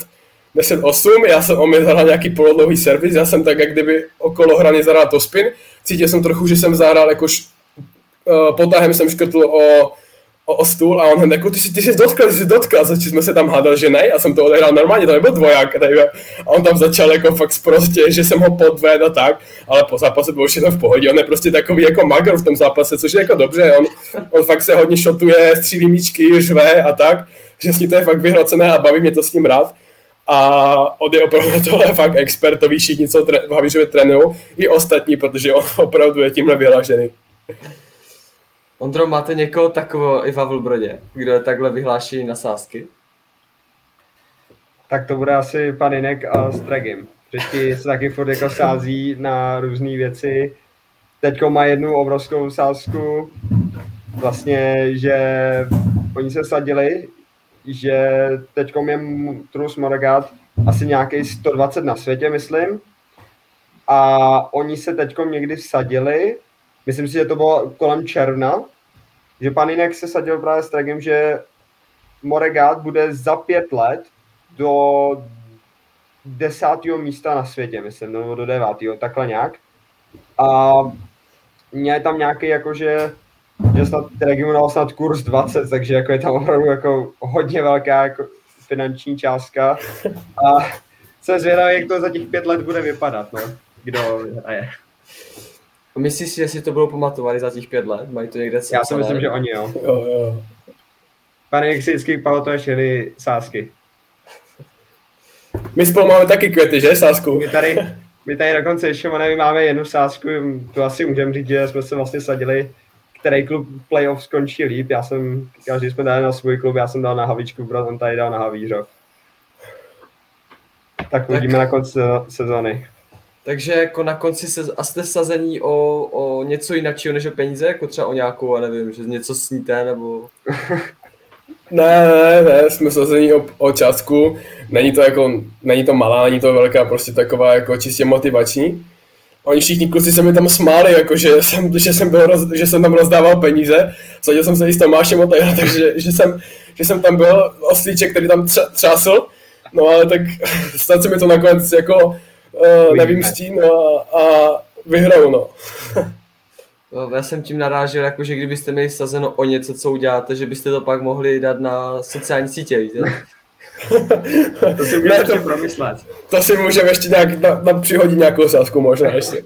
10-8, on mi zahrál nějaký polodlouhý servis, já jsem tak jak kdyby okolo hrany zahrál to spin, cítil jsem trochu, že jsem zahrál jakož potahem jsem škrtl o stůl a on hned jako, ty jsi dotkl, začali jsme se tam hádal, že ne, já jsem to odehrál normálně, to nebyl dvoják, a on tam začal jako fakt sprostě, že jsem ho podvedl a tak, ale po zápase bylo všechno v pohodě, on je prostě takový jako magor v tom zápase, což je jako dobře, on fakt se hodně šotuje, střílí míčky, řve a tak, že s ní to je fakt vyhrocené a baví mě to s ním rád. A on je opravdu tohle fakt expert, to ví všichni, co v Havířově trénujou, i ostatní, protože on opravdu je tímhle vyhlášený. Ondro, máte někoho takového i v Havlbrodě, kdo je takhle vyhlášený na sázky? Tak to bude asi pan Jinek a Stragim. Řečky se taky furt jako sází na různé věci. Teďko má jednu obrovskou sázku, vlastně, že oni se sadili, že teďko je Trus Morgát asi nějaký 120 na světě, myslím. A oni se teďko někdy vsadili, myslím si, že to bylo kolem června, že pan Jinek se sadil právě s Tragem, že Morgát bude za 5 let do 10. místa na světě, myslím, nebo do 9. takhle nějak. A je tam nějaký jakože, že snad Tragim dal snad kurz 20, takže jako je tam opravdu jako hodně velká jako finanční částka. A jsem zvědavý, jak to za těch 5 let bude vypadat, no. Kdo je. Myslíš si, že si to budou pamatovat za těch 5 let? Mají to někde Já si myslím, že oni jo. Jo. Pane, jak si vždycky pamatuješ jeli sázky? My spolu máme taky květy, že, sázku? My tady dokonce ještě máme jednu sázku, to asi můžeme říct, že jsme se vlastně sadili, který klub playoff skončí líp. Každý jsme dali na svůj klub, já jsem dal na Havíčku, on tady dal na Havířov. Tak uvidíme na konci sezóny. Takže jako na konci a jste sazení o něco jiného než o peníze, jako třeba o nějakou, nevím, že něco sníte, nebo... Ne, jsme sazení o částku, není to malá, není to velká, prostě taková jako čistě motivační. Oni všichni kluci se mi tam smáli, jako že jsem tam rozdával peníze, sadil jsem se i s Tomášem o tajla, takže že jsem tam byl oslíček, který tam třásl, no ale tak snad se mi to nakonec jako nevymstí, no a vyhraju, no. Já jsem tím narážel, jako, že kdybyste měli sazeno o něco, co uděláte, že byste to pak mohli dát na sociální sítě, víte? To si můžeme ještě promyslet. To si můžeme ještě nějak přihodit nějakou sázku možná ještě.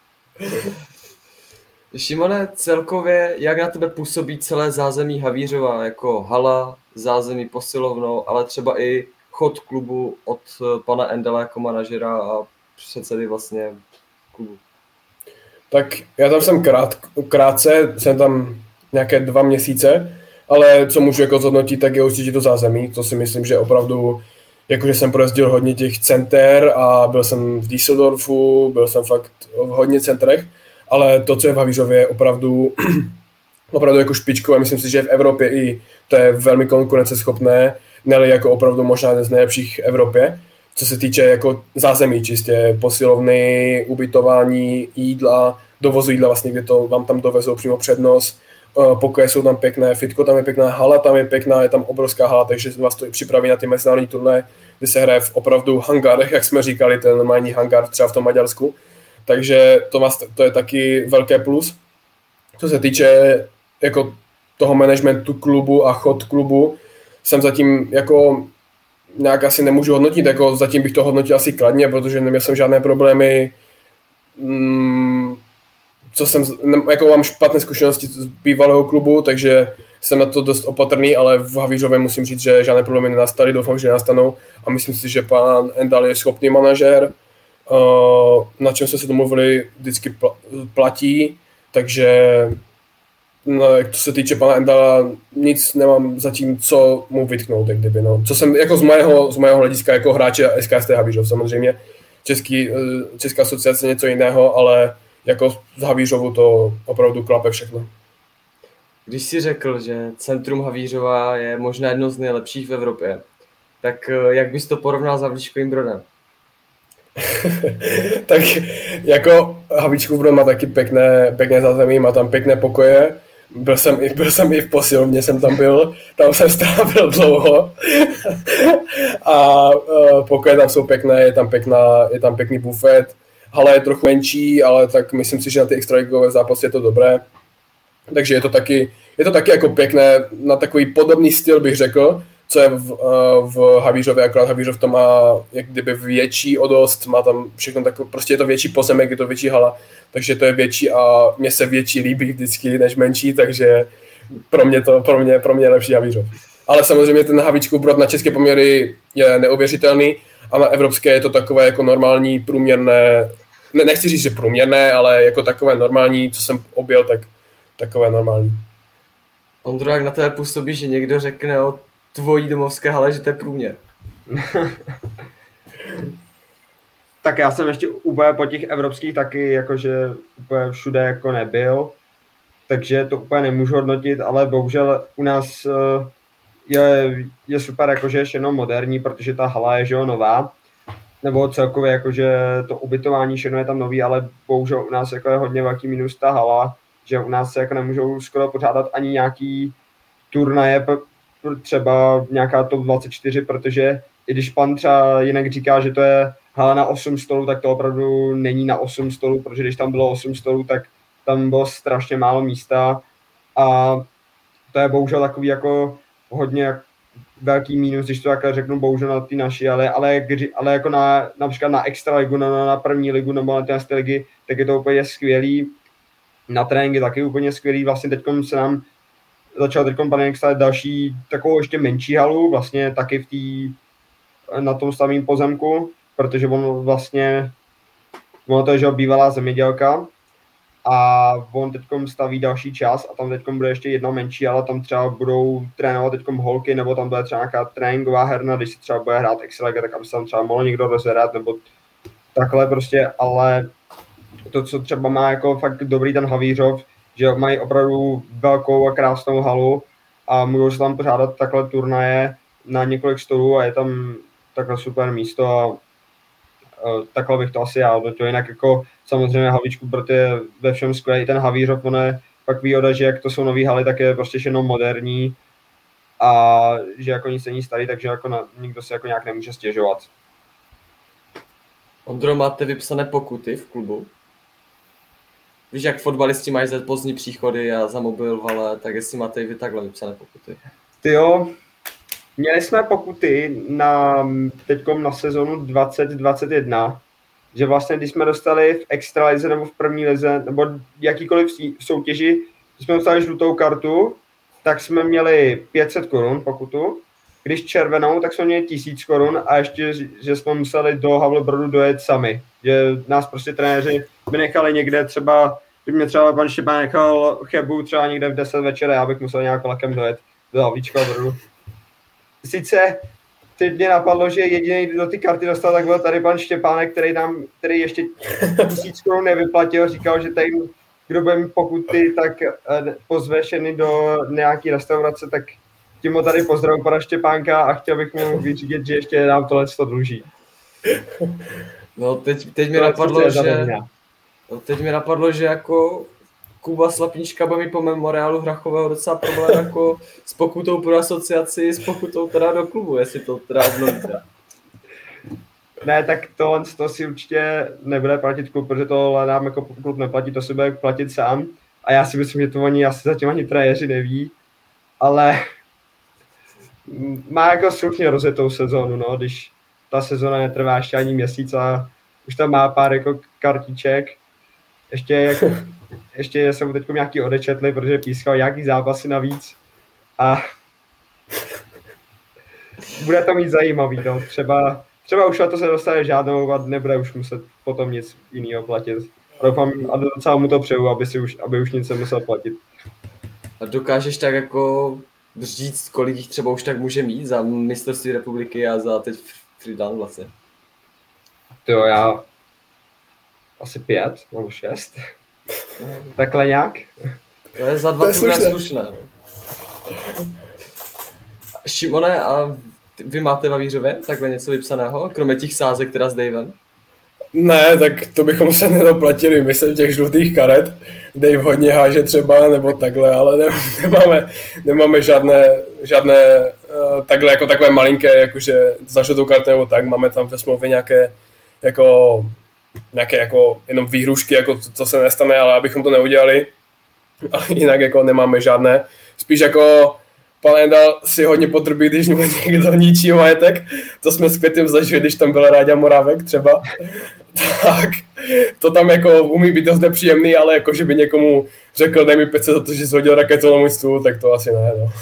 Šimone, celkově, jak na tebe působí celé zázemí Havířova, jako hala, zázemí posilovnou, ale třeba i chod klubu od pana Endela jako manažera a předsedy vlastně klubu? Tak já tam jsem krátce, jsem tam nějaké 2 měsíce, ale co můžu jako zhodnotit, tak je určitě to zázemí, to si myslím, že opravdu, jakože jsem projezdil hodně těch center a byl jsem v Düsseldorfu, byl jsem fakt v hodně centrech, ale to, co je v Havířově, je opravdu jako špičkové, myslím si, že v Evropě i to je velmi konkurenceschopné, ne jako opravdu možná z nejlepších v Evropě. Co se týče jako zázemí, čistě posilovny, ubytování, jídla, dovozu jídla vlastně, kde to vám tam dovezou přímo před nos, pokoje jsou tam pěkné, fitko tam je pěkná, hala tam je pěkná, je tam obrovská hala, takže vás to připraví na ty mezinárodní turnaje, kdy se hraje v opravdu hangárech, jak jsme říkali, ten normální hangár třeba v tom Maďarsku, takže to je taky velké plus. Co se týče jako toho managementu klubu a chod klubu, jsem zatím jako nějak asi nemůžu hodnotit, jako zatím bych to hodnotil asi kladně, protože neměl jsem žádné problémy, jako mám špatné zkušenosti z bývalého klubu, takže jsem na to dost opatrný, ale v Havířově musím říct, že žádné problémy nenastaly, doufám, že nenastanou a myslím si, že pan Endal je schopný manažer, na čem jsme se domluvili, vždycky platí, takže no, jak to se týče pana Endala, nic nemám zatím, co mu vytknout, tak kdyby, no. Co jsem jako z mého hlediska jako hráče SKST Havířov, samozřejmě Česká asociace něco jiného, ale jako z Havířovu to opravdu klape všechno. Když jsi řekl, že centrum Havířova je možná jedno z nejlepších v Evropě, tak jak bys to porovnal s Havlíčkovým Brodem? Tak jako Havlíčkův Brod má taky pěkné zázemí, má tam pěkné pokoje. Byl jsem i v posilovně, jsem tam byl, tam jsem strávil dlouho a pokoje tam jsou pěkné, je tam pěkný bufet, hala je trochu menší, ale tak myslím si, že na ty extraligové zápasy je to dobré, takže je to taky jako pěkné, na takový podobný styl bych řekl, co je v Havířově, akorát Havířov to má jak kdyby větší o dost, má tam všechno takové, prostě je to větší pozemek, je to větší hala, takže to je větší a mně se větší líbí vždycky než menší, takže pro mě je lepší Havířov. Ale samozřejmě ten Havíčkův Brod na české poměry je neuvěřitelný a na evropské je to takové jako normální, průměrné, nechci říct, že průměrné, ale jako takové normální, co jsem objel, tak takové normální. Ondro, jak na tebe působí, že někdo řekne o tvojí domovské hale, že to je průměr? Tak já jsem ještě úplně po těch evropských taky jakože úplně všude jako nebyl, takže to úplně nemůžu hodnotit, ale bohužel u nás je super jakože je všechno moderní, protože ta hala je že jo nová, nebo celkově jakože to ubytování všechno je tam nový, ale bohužel u nás jako je hodně velký minus ta hala, že u nás se jako nemůžou skoro pořádat ani nějaký turnaje, třeba nějaká top 24, protože i když pan třeba jinak říká, že to je hala na 8 stolů, tak to opravdu není na 8 stolů, protože když tam bylo 8 stolů, tak tam bylo strašně málo místa a to je bohužel takový jako hodně velký mínus, když to takhle řeknu bohužel na ty naši, ale jako například na extraligu, na první ligu nebo na ty ligy, tak je to úplně skvělý. Na tréninky taky úplně skvělý, vlastně teďkom se nám začal Panenek stavět další takovou ještě menší halu, vlastně taky na tom samém pozemku, protože ono to je že bývalá zemědělka a on teďkom staví další čas a tam teďkom bude ještě jedna menší, ale tam třeba budou trénovat teďkom holky, nebo tam bude třeba nějaká tréninková herna, když se třeba bude hrát extraliga, tak aby se tam třeba mohl někdo rozhrát, nebo takhle prostě, ale to, co třeba má jako fakt dobrý ten Havířov, že mají opravdu velkou a krásnou halu a můžou se tam pořádat takhle turnaje na několik stolů a je tam takhle super místo a takhle bych to asi já odletěl. Jinak jako samozřejmě Havlíčku, protože ve všem skvělý ten Havířov, ono je pak výhoda, že jak to jsou nový haly, tak je prostě všechno moderní a že jako nic není starý, takže jako nikdo se jako nějak nemůže stěžovat. Ondro, máte vypsané pokuty v klubu? Víš, jak fotbalisti mají za pozdní příchody a za mobil vale, tak jestli máte i vy takhle vypsané pokuty? Tyjo, měli jsme pokuty teďkom na sezonu 2021, že vlastně když jsme dostali v extralize nebo v první lize, nebo jakýkoliv soutěži, když jsme dostali žlutou kartu, tak jsme měli 500 korun pokutu, když červenou, tak jsme měli 1000 korun a ještě, že jsme museli do Havlebrodu dojet sami, že nás prostě trenéři by nechali někde třeba, by mě třeba pan Štěpán nechal Chebu třeba někde v 10 večera, já bych musel nějak vlakem dojet do Havlíčka Brodu. Sice teď mě napadlo, že jediný, kdo ty karty dostal, tak byl tady pan Štěpánek, který ještě 1000 korun nevyplatil, říkal, že tady, kdo bude mít pokuty, tak pozve všechny do nějaký restaurace, tak tím ho tady pozdravím pana Štěpánka a chtěl bych mu vyřídit, že ještě nám tohle dluží. No teď mi napadlo, že jako Kuba Slapnička bude mít po memoriálu Hrachového docela problém jako s pokutou pro asociaci, s pokutou teda do klubu, jestli to teda obnovíte. Ne, tak to si určitě nebude platit klub, protože to nám jako klub neplatí, to si bude platit sám. A já si myslím, že to oni asi zatím ani trenéři neví, ale má jako slušně rozjetou sezónu, no, když ta sezóna netrvá ještě ani měsíc a už tam má pár jako kartiček. Ještě se mu teď nějaký odečetli, protože pískal nějaký zápasy navíc a bude to mít zajímavý, no. Třeba už na to se dostane žádnou a nebude už muset potom nic jiného platit. Doufám, a docela mu to přeju, aby už nic nemusel platit. A dokážeš tak jako říct, kolik jich třeba už tak může mít za mistrovství republiky a za teď Freedown vlastně? Jo, já asi 5 nebo 6. Takhle nějak. To je za 2 turné slušné. Šimone, a vy máte v Havířově takhle něco vypsaného, kromě těch sázek teda s Davem? Ne, tak to bychom se nedoplatili, myslím těch žlutých karet. Dave hodně háže třeba, nebo takhle, ale nemáme žádné takhle jako takové malinké, jakože za žlutou kartu nebo tak, máme tam ve smlouvě nějaké jako jenom výhrušky, jako co se nestane, ale abychom to neudělali. A jinak jako nemáme žádné. Spíš jako pan Endal si hodně potrpí, když někdo ničí majetek. To jsme s Květem zažili, když tam byl Ráďa Morávek třeba. Tak to tam jako umí být dost nepříjemný, ale jako že by někomu řekl, dej mi 500 za to, že zhodil raketu na můj stůl, tak to asi ne, no.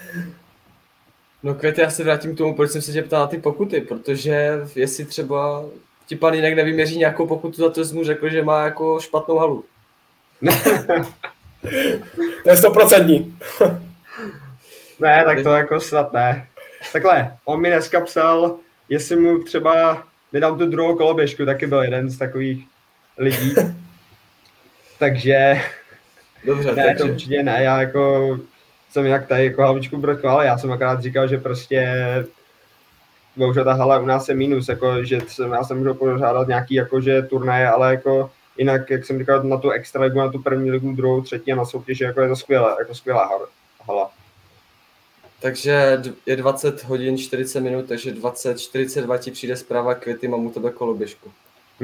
No Květ, já se vrátím k tomu, proč jsem se tě ptal na ty pokuty, protože jestli třeba ti pan jinak nevyměří nějakou pokutu za to, že mu řekl, že má jako špatnou halu. To je 100%. Ne, tak to jako snad ne. Takhle, on mi dneska psal, jestli mu třeba nedám tu druhou koloběžku, taky byl jeden z takových lidí. Takže Dobře, ne, to určitě ne, já jako jsem jinak tady jako hlavičku brotko, ale já jsem akorát říkal, že prostě bohužel ta hala u nás je mínus, jako, že se u nás nemůžou pořádat nějaký jakože turnaje, ale jako jinak, jak jsem říkal, na tu extraligu, na tu první ligu, druhou, třetí a na soutěž, jako je to skvělé, jako skvělá hala. Takže je 20 hodin 40 minut, takže 20:42 ti přijde zpráva Květy, mám u tebe koloběžku.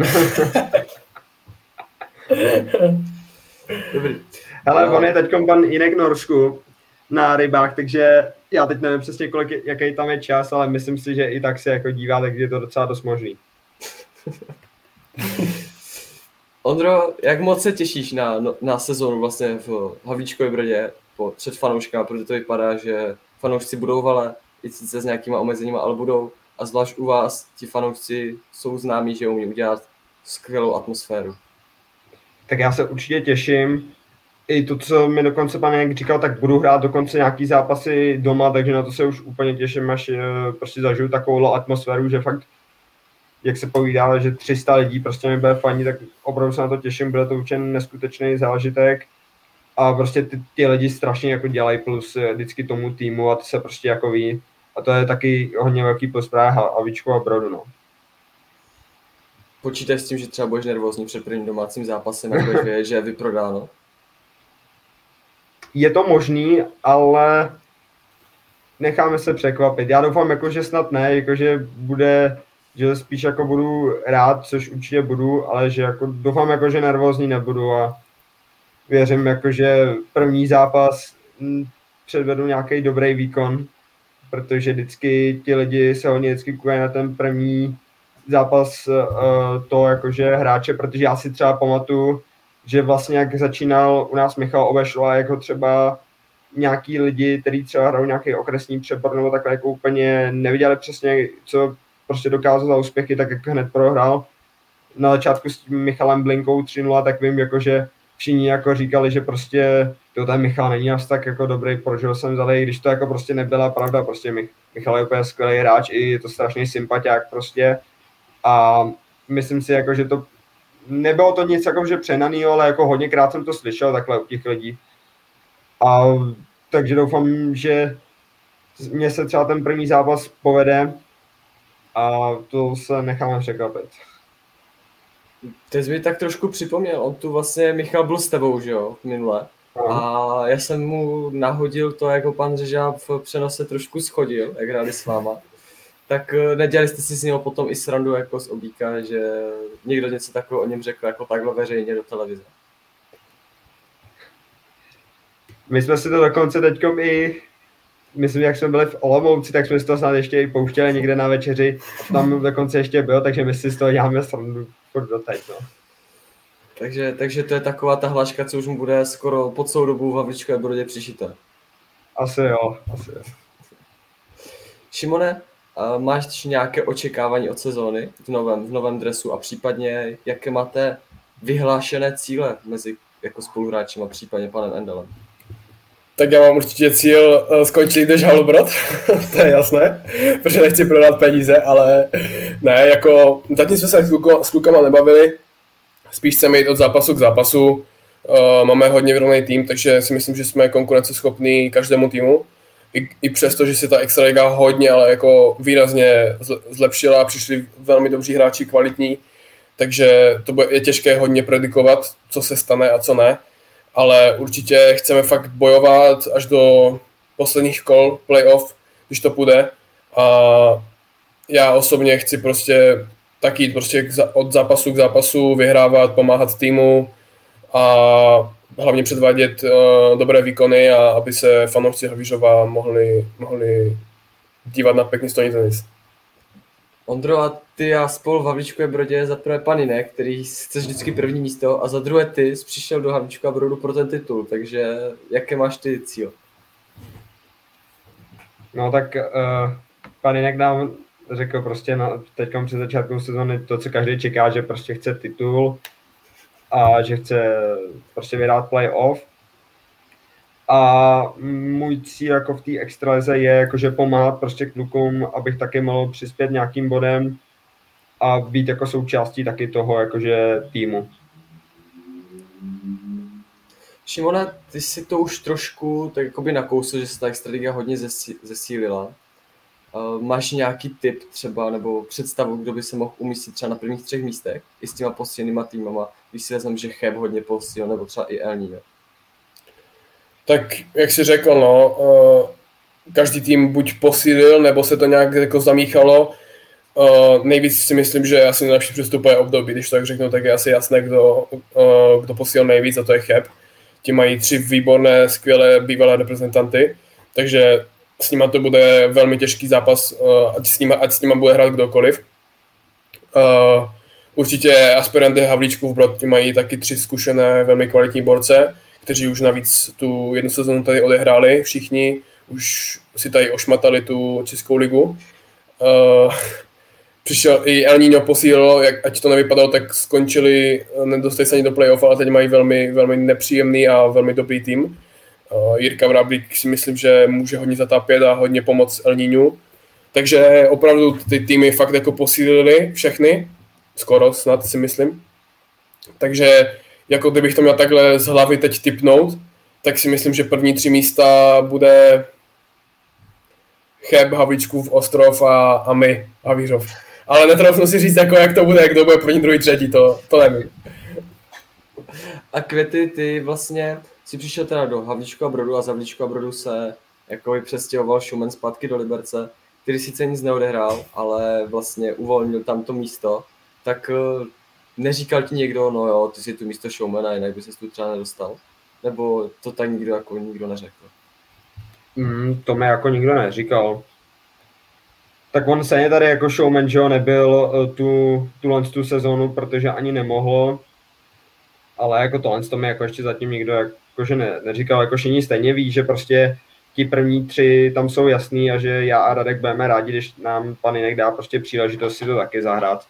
Dobrý. Hele, on je teďkom pan Jinek Norsku na rybách, takže já teď nevím přesně, jaký tam je čas, ale myslím si, že i tak se jako dívá, takže je to docela dost možný. Ondro, jak moc se těšíš na sezónu vlastně v Havlíčkově Brodě před fanouškama, protože to vypadá, že fanoušci budou vale, i sice s nějakýma omezeníma, ale budou, a zvlášť u vás ti fanoušci jsou známí, že umí udělat skvělou atmosféru. Tak já se určitě těším. I to, co mi dokonce pan Janek říkal, tak budu hrát dokonce nějaký zápasy doma, takže na to se už úplně těším, až prostě zažiju takovou atmosféru, že fakt, jak se povídá, že 300 lidí prostě mi bude fandit, tak opravdu se na to těším, bude to určitě neskutečný zážitek a prostě ty lidi strašně jako dělají plus vždycky tomu týmu a to se prostě jako ví a to je taky hodně velký plus právě Havlíčku a Brodu, no. Počítaj s tím, že třeba budeš nervózní před prvním domácím zápasem, jak budeš vědět, že je vyprodáno? Je to možný, ale necháme se překvapit. Já doufám, jako, že snad ne, jako, že bude, že spíš jako budu rád, což určitě budu, ale že jako, doufám, jako, že nervózní nebudu a věřím, jako, že první zápas předvedu nějaký dobrý výkon, protože vždycky ti lidi se hodně vždycky koukají na ten první zápas to jakože hráče, protože já si třeba pamatuju, že vlastně jak začínal u nás Michal Obešlo a jako třeba nějaký lidi, kteří třeba hrajou nějaký okresní přebor nebo takhle jako úplně neviděli přesně, co prostě dokázal za úspěchy, tak jak hned prohrál. Na začátku s tím Michalem Blinkou 3-0, tak vím, jako, že všichni jako říkali, že prostě ten Michal není až tak jako dobrý, proč ho jsem vzal, když to jako prostě nebyla pravda, prostě Michal je úplně skvělý hráč, i je to strašný sympatiák prostě a myslím si, jako, že to nebylo to nic jako, že přenanýho, ale jako hodněkrát jsem to slyšel takhle u těch lidí. A takže doufám, že mě se třeba ten první zápas povede a to se necháme překvapit. Teď jsi mi tak trošku připomněl, on tu vlastně Michal byl s tebou, že jo, minule. A já jsem mu nahodil to, jako pan Řežáb v přenose trošku schodil, jak hráli s váma. Tak nedělali jste si s ním potom i srandu jako z Obíka, že někdo něco takového o něm řekl jako takhle veřejně do televize? My jsme si to dokonce teďkom i, myslím, jak jsme byli v Olomouci, tak jsme si to snad ještě i pouštěli někde na večeři. Tam dokonce ještě bylo, takže my si z toho děláme srandu doteď, no. Takže to je taková ta hláška, co už mu bude skoro po celou dobu v Havlíčkové Brodě přišita. Asi jo. Šimone, máš nějaké očekávání od sezóny v novém dresu a případně jaké máte vyhlášené cíle mezi jako spoluhráčem a případně panem Endelem? Tak já mám určitě cíl skončit než Halobrod, to je jasné, protože nechci prodat peníze, ale ne, jako zatím jsme se s klukama nebavili, spíš chceme jít od zápasu k zápasu, máme hodně vyrovnaný tým, takže si myslím, že jsme konkurenceschopní každému týmu, i přesto, že si ta extraliga hodně, ale jako výrazně zlepšila, přišli velmi dobří hráči, kvalitní, takže je těžké hodně predikovat, co se stane a co ne. Ale určitě chceme fakt bojovat až do posledních kol playoff, když to půjde. A já osobně chci prostě tak jít prostě od zápasu k zápasu, vyhrávat, pomáhat týmu a hlavně předvádět dobré výkony a aby se fanoušci Havířova mohli dívat na pěkný stolní tenis. Ondro, a ty a spolu v Havlíčkové Brodě za prvé pan Jinek, který chceš vždycky první místo, a za druhé ty jsi přišel do Havlíčkova Brodu pro ten titul, takže jaké máš ty cíl? No tak pan Jinek nám řekl prostě teďkom před začátkem sezóny to, co každý čeká, že prostě chce titul a že chce prostě vyhrát playoff. A můj cíl jako v té extralize je jakože pomáhat prostě klukům, abych taky mohl přispět nějakým bodem a být jako součástí taky toho jakože týmu. Šimone, ty si to už trošku tak jakoby nakousl, že se ta extraliga hodně zesílila. Máš nějaký tip třeba nebo představu, kdo by se mohl umístit třeba na prvních 3 místech i s těma posílenýma týmama, když si vezmeme, že Cheb hodně posílil, nebo třeba i El Niño? Tak, jak jsi řekl, no, každý tým buď posílil, nebo se to nějak jako zamíchalo. Nejvíc si myslím, že asi nejlepší přestupové období, když to tak řeknu, tak je asi jasné, kdo posílil nejvíc, a to je Cheb. Ti mají 3 výborné, skvělé bývalé reprezentanty, takže s nima to bude velmi těžký zápas, ať s nima bude hrát kdokoliv. Určitě aspiranty Havlíčkův Brod mají taky 3 zkušené, velmi kvalitní borce, kteří už navíc tu jednu sezonu tady odehráli, všichni už si tady ošmatali tu Českou ligu. Přišel i El Niño posílil, ať to nevypadalo, tak skončili, nedostali se ani do playoff, ale teď mají velmi, velmi nepříjemný a velmi dobrý tým. Jirka Vráblík si myslím, že může hodně zatápět a hodně pomoct El Niñu. Takže opravdu ty týmy fakt jako posílili všechny, skoro snad si myslím. Takže jako kdybych to měl takhle z hlavy teď tipnout, tak si myslím, že první 3 místa bude Cheb, Havlíčkův Ostrov a my, Havířov. Ale netroufnu si říct, jako, jak to bude, kdo bude první, druhý, třetí, to nevím. A Květy, ty vlastně si přišel teda do Havlíčku a Brodu a z Havlíčku a Brodu se jako přestěhoval Schumann zpátky do Liberce, který sice nic neodehrál, ale vlastně uvolnil tam to místo, tak neříkal ti někdo, no jo, ty si tu místo Schumana, jinak by se tu třeba nedostal? Nebo to tak nikdo neřekl? To mi jako nikdo neříkal. Tak on se tady jako showman, že nebyl tu sezónu, protože ani nemohlo. Ale jako tohle to mi jako ještě zatím nikdo jakože neříkal. Jako všichni stejně ví, že prostě ti první 3 tam jsou jasný a že já a Radek budeme rádi, když nám pan Jinek dá prostě příležitost si to taky zahrát.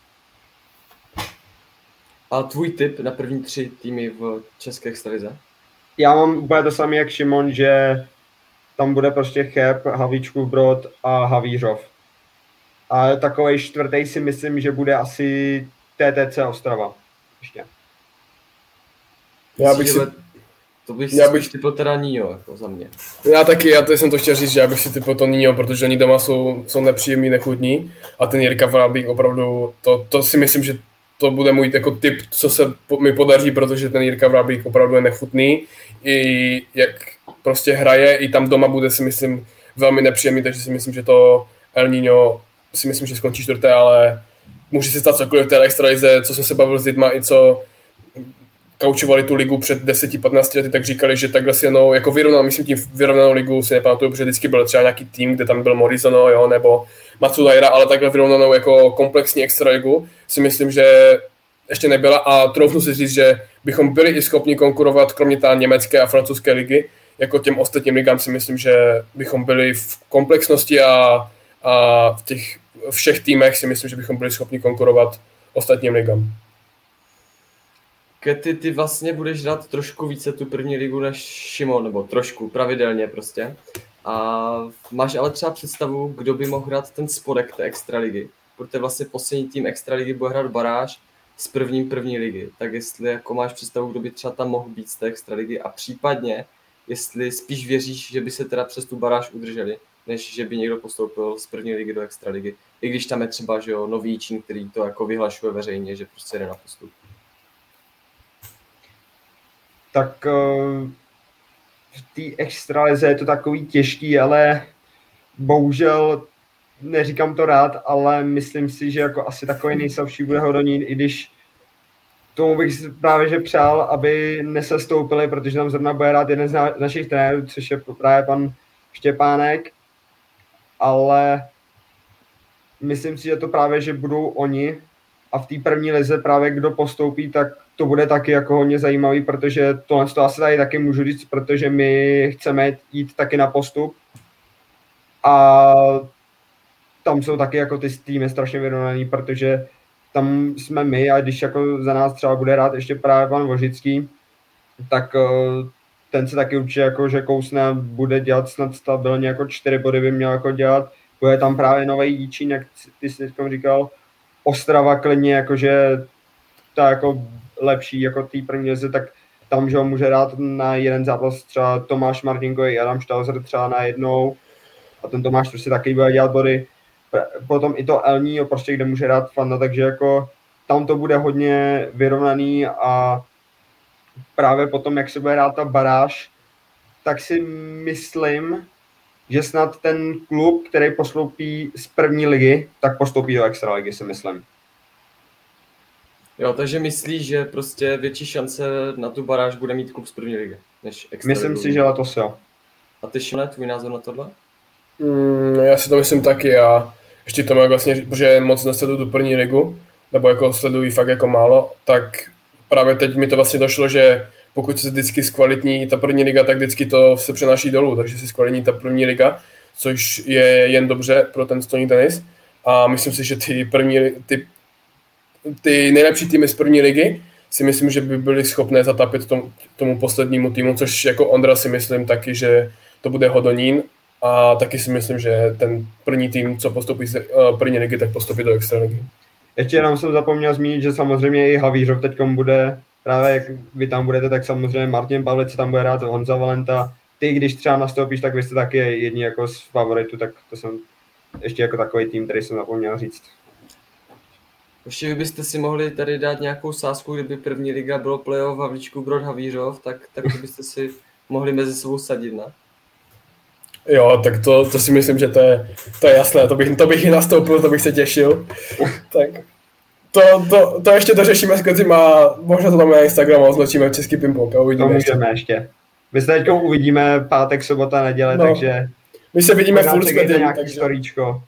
A tvůj tip na první 3 týmy v české extralize? Já mám úplně to samé jak Šimon, že tam bude prostě Cheb, Havlíčkův Brod a Havířov. A takovej 4. si myslím, že bude asi TTC Ostrava. Ještě. To bych si typl teda Niño, jako za mě. Já taky, já jsem to chtěl říct, že já bych si typl to Niño, protože oni doma jsou nepříjemní, nechutní. A ten Jirka Vráblík opravdu, to si myslím, že to bude můj jako tip, co se mi podaří, protože ten Jirka Vráblík opravdu je nechutný. I jak prostě hraje, i tam doma bude, si myslím, velmi nepříjemný, takže si myslím, že to El Niño si myslím, že skončí 4., ale může se stát cokoliv v té extralize, co jsem se bavil s lidma, i co kaučovali tu ligu před 10-15 lety, tak říkali, že takhle silnou, jako vyrovnanou ligu si nepamatuju, protože vždycky byl třeba nějaký tým, kde tam byl Morizono, jo, nebo Matsudaira, ale takhle vyrovnanou jako komplexní extraligu si myslím, že ještě nebyla a troufnu si říct, že bychom byli i schopni konkurovat, kromě té německé a francouzské ligy, jako těm ostatním ligám si myslím, že bychom byli v komplexnosti a v těch všech týmech si myslím, že bychom byli schopni konkurovat ostatním ligám. Kety, ty vlastně budeš hrát trošku více tu první ligu než Šimon, nebo trošku, pravidelně prostě. A máš ale třeba představu, kdo by mohl hrát ten spodek té extraligy, protože vlastně poslední tým extraligy bude hrát baráž s první ligy. Tak jestli jako máš představu, kdo by třeba tam mohl být z té extraligy a případně, jestli spíš věříš, že by se teda přes tu baráž udrželi, než že by někdo postoupil z první ligy do extraligy. I když tam je třeba, že jo, nový čin, který to jako vyhlašuje veřejně, že prostě jde na postup. Tak v té extralize je to takový těžký, ale bohužel neříkám to rád, ale myslím si, že jako asi takový nejslabší bude Hodonín, i když tomu bych právě že přál, aby nesestoupili, protože tam zrovna bude hrát jeden z našich trenérů, což je právě pan Štěpánek, ale myslím si, že to právě, že budou oni a v té první lize právě kdo postoupí, tak to bude taky jako hodně zajímavý, protože tohle to asi tady taky můžu říct, protože my chceme jít taky na postup a tam jsou taky jako ty týmy strašně vyrovnaný, protože tam jsme my a když jako za nás třeba bude hrát ještě právě pan Vožický, tak ten se taky určitě jako, že kousne, bude dělat snad stabilně jako 4 body by měl jako dělat. Bude tam právě nový Jičín, jak ty jsi teď říkal, Ostrava klidně, jakože ta jako lepší jako tý první lize, tak tam, že ho může dát na jeden zápas třeba Tomáš Martinko i Adam Štauzer třeba na jednou a ten Tomáš prostě taky bude dělat body. Potom i to Elní, prostě kde může dát Fanda, takže jako tam to bude hodně vyrovnaný a právě potom, jak se bude dát ta baráž, tak si myslím, že snad ten klub, který postoupí z první ligy, tak postoupí do extraligy, si myslím. Jo, takže myslíš, že prostě větší šance na tu baráž bude mít klub z první ligy, než extraligy? Myslím si, že letos jo. A ty, Šimone, tvůj názor na tohle? Já si to myslím taky a ještě tomu, jak vlastně, protože moc nesleduju tu první ligu, nebo jako sleduji fakt jako málo, tak právě teď mi to vlastně došlo, že pokud se vždycky zkvalitní ta první liga, tak vždycky to se přenáší dolů, takže se zkvalitní ta první liga, což je jen dobře pro ten stolní tenis. A myslím si, že ty nejlepší týmy z první ligy si myslím, že by byly schopné zatapit tomu poslednímu týmu, což jako Ondra si myslím taky, že to bude Hodonín. A taky si myslím, že ten první tým, co postoupí z první ligy, tak postoupí do extraligy. Ještě jenom jsem zapomněl zmínit, že samozřejmě i Havířov teďkom bude, právě jak vy tam budete, tak samozřejmě Martin Pavlic tam bude hrát, Honza Valenta. Ty, když třeba nastoupíš, tak vy jste taky jedni jako z favoritů, tak to jsem ještě jako takový tým, který jsem zapomněl říct. Ještě vy byste si mohli tady dát nějakou sázku, kdyby první liga bylo playoff Havlíčkův Brod Havířov, tak byste si mohli mezi sebou sadit, ne? Jo, tak to si myslím, že to je jasné, to bych i nastoupil, to bych se těšil. Tak to ještě dořešíme s klacima, možná to tam na Instagramu označíme v Český ping-pong a uvidíme. To můžeme ještě. My se teď uvidíme pátek, sobota, neděle, takže... My se vidíme furt s Květem, takže... Storíčko.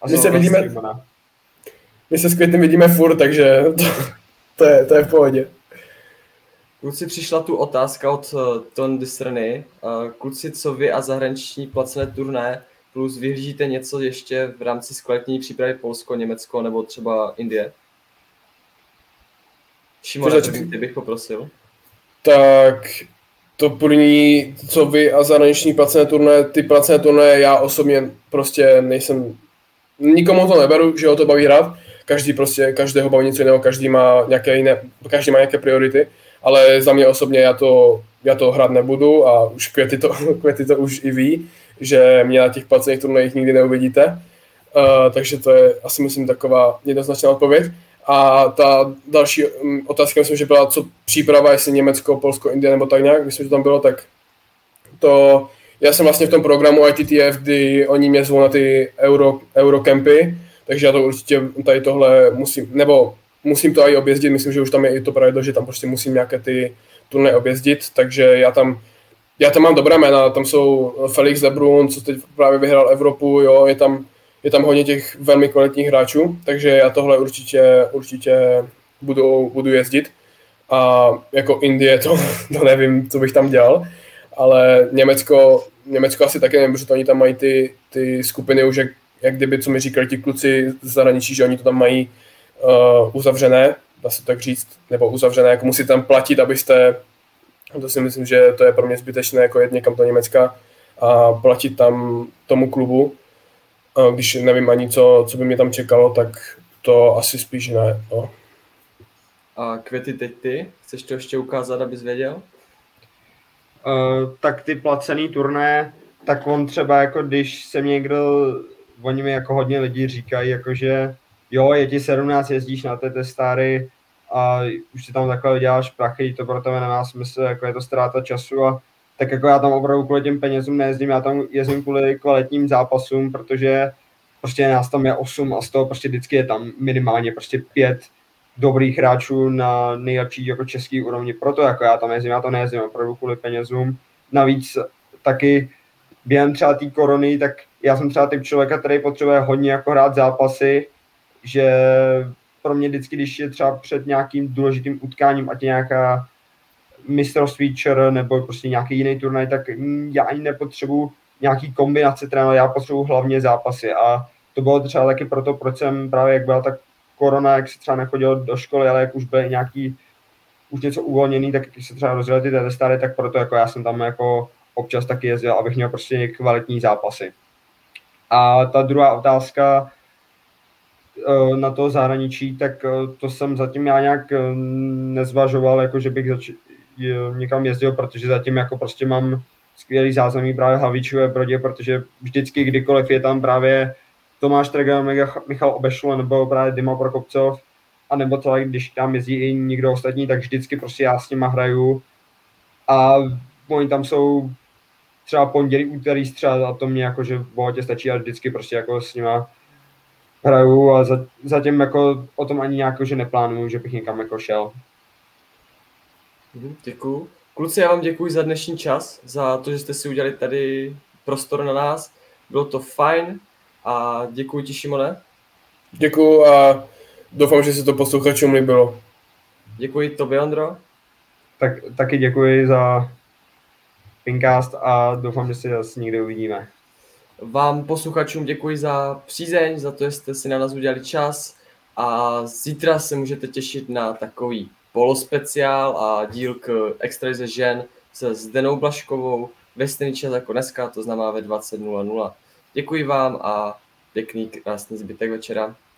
My se s Květem vidíme furt, takže to je v pohodě. Kluci, přišla tu otázka od Ton Discerny. Kluci, co vy a zahraniční placené turné, plus vyhlížíte něco ještě v rámci zkvalitnění přípravy Polsko, Německo nebo třeba Indie? Šimone, ty bych poprosil. Tak to první, co vy a zahraniční placené turné, ty placené turné, já osobně prostě nejsem, nikomu to neberu, že ho to baví hrát, každého baví něco jiného, každý má nějaké priority. Ale za mě osobně já to hrát nebudu a už Květy to už i ví, že mě na těch placených turnajích nikdy neuvidíte. Takže to je asi myslím taková jednoznačná odpověď. A ta další otázka, myslím, že byla, co příprava, jestli Německo, Polsko, Indie nebo tak nějak, myslím, že tam bylo, tak já jsem vlastně v tom programu ITTF, kdy oni mě zvou na ty Eurocampy, takže já to určitě tady tohle musím to i objezdit, myslím, že už tam je i to pravidlo, že tam prostě musím nějaké ty turné objezdit, takže já tam mám dobré jména, tam jsou Felix Lebrun, co teď právě vyhrál Evropu, jo, je tam hodně těch velmi kvalitních hráčů, takže já tohle určitě budu jezdit a jako Indie to nevím, co bych tam dělal, ale Německo asi taky nevím, protože to oni tam mají ty skupiny už jak kdyby, co mi říkali ti kluci z zahraničí, že oni to tam mají uzavřené, dá se tak říct, nebo uzavřené, jako musíte tam platit, abyste, to si myslím, že to je pro mě zbytečné, jako jet někam do Německa a platit tam tomu klubu, když nevím ani co by mě tam čekalo, tak to asi spíš ne. No. A Květy, teď ty? Chceš to ještě ukázat, abys věděl? Tak ty placený turné, tak on třeba jako když se mě oni mi jako hodně lidí říkají, jakože jo, je ti 17, jezdíš na té testáry a už si tam takhle děláš prachy, to pro tebe nemá smysl, jako je to ztráta času a tak jako já tam opravdu kvůli těm penězům nejezdím, já tam jezdím kvůli kvalitním zápasům, protože prostě nás tam je 8 a z toho prostě vždycky je tam minimálně prostě 5 dobrých hráčů na nejlepší jako český úrovni, proto jako já tam jezdím, já to nejezdím opravdu kvůli penězům. Navíc taky během třeba té korony, tak já jsem třeba typ člověka, který potřebuje hodně jako hrát zápasy, že pro mě vždycky, když je třeba před nějakým důležitým utkáním, ať je nějaká mistrovství ČR nebo prostě nějaký jiný turnaj, tak já ani nepotřebuji nějaký kombinace trénovat, já potřebuji hlavně zápasy a to bylo třeba taky proto, proč jsem právě, jak byla ta korona, jak se třeba nechodil do školy, ale jak už byly nějaký už něco uvolněný, tak když se třeba rozjeli ty testáry, tak proto jako já jsem tam jako občas taky jezdil, abych měl prostě kvalitní zápasy. A ta druhá otázka na to zahraničí, tak to jsem zatím já nějak nezvažoval, jako že bych někam jezdil, protože zatím jako prostě mám skvělý zázemí právě v Havlíčkové Brodě, protože vždycky, kdykoliv je tam právě Tomáš Treger, Michal Obešlo nebo právě Dima Prokopcov, a nebo to, když tam jezdí i někdo ostatní, tak vždycky prostě já s nima hraju a oni tam jsou třeba pondělí, úterý, středa a to mě jakože v bohatě stačí a vždycky prostě jako s nima hraju a zatím jako o tom ani nějak že neplánuju, že bych někam jako šel. Děkuju. Kluci, já vám děkuji za dnešní čas, za to, že jste si udělali tady prostor na nás. Bylo to fajn a děkuji ti, Šimone. Děkuju a doufám, že se to posluchačům líbilo. Děkuji tobě, Ondro. Taky děkuji za Pinkcast a doufám, že si zase někdy uvidíme. Vám posluchačům děkuji za přízeň, za to, že jste si na nás udělali čas a zítra se můžete těšit na takový polospeciál a díl k extralize žen se Zdenou Blaškovou ve stejný čas jako dneska, to znamená ve 20:00. Děkuji vám a pěkný, krásný zbytek večera.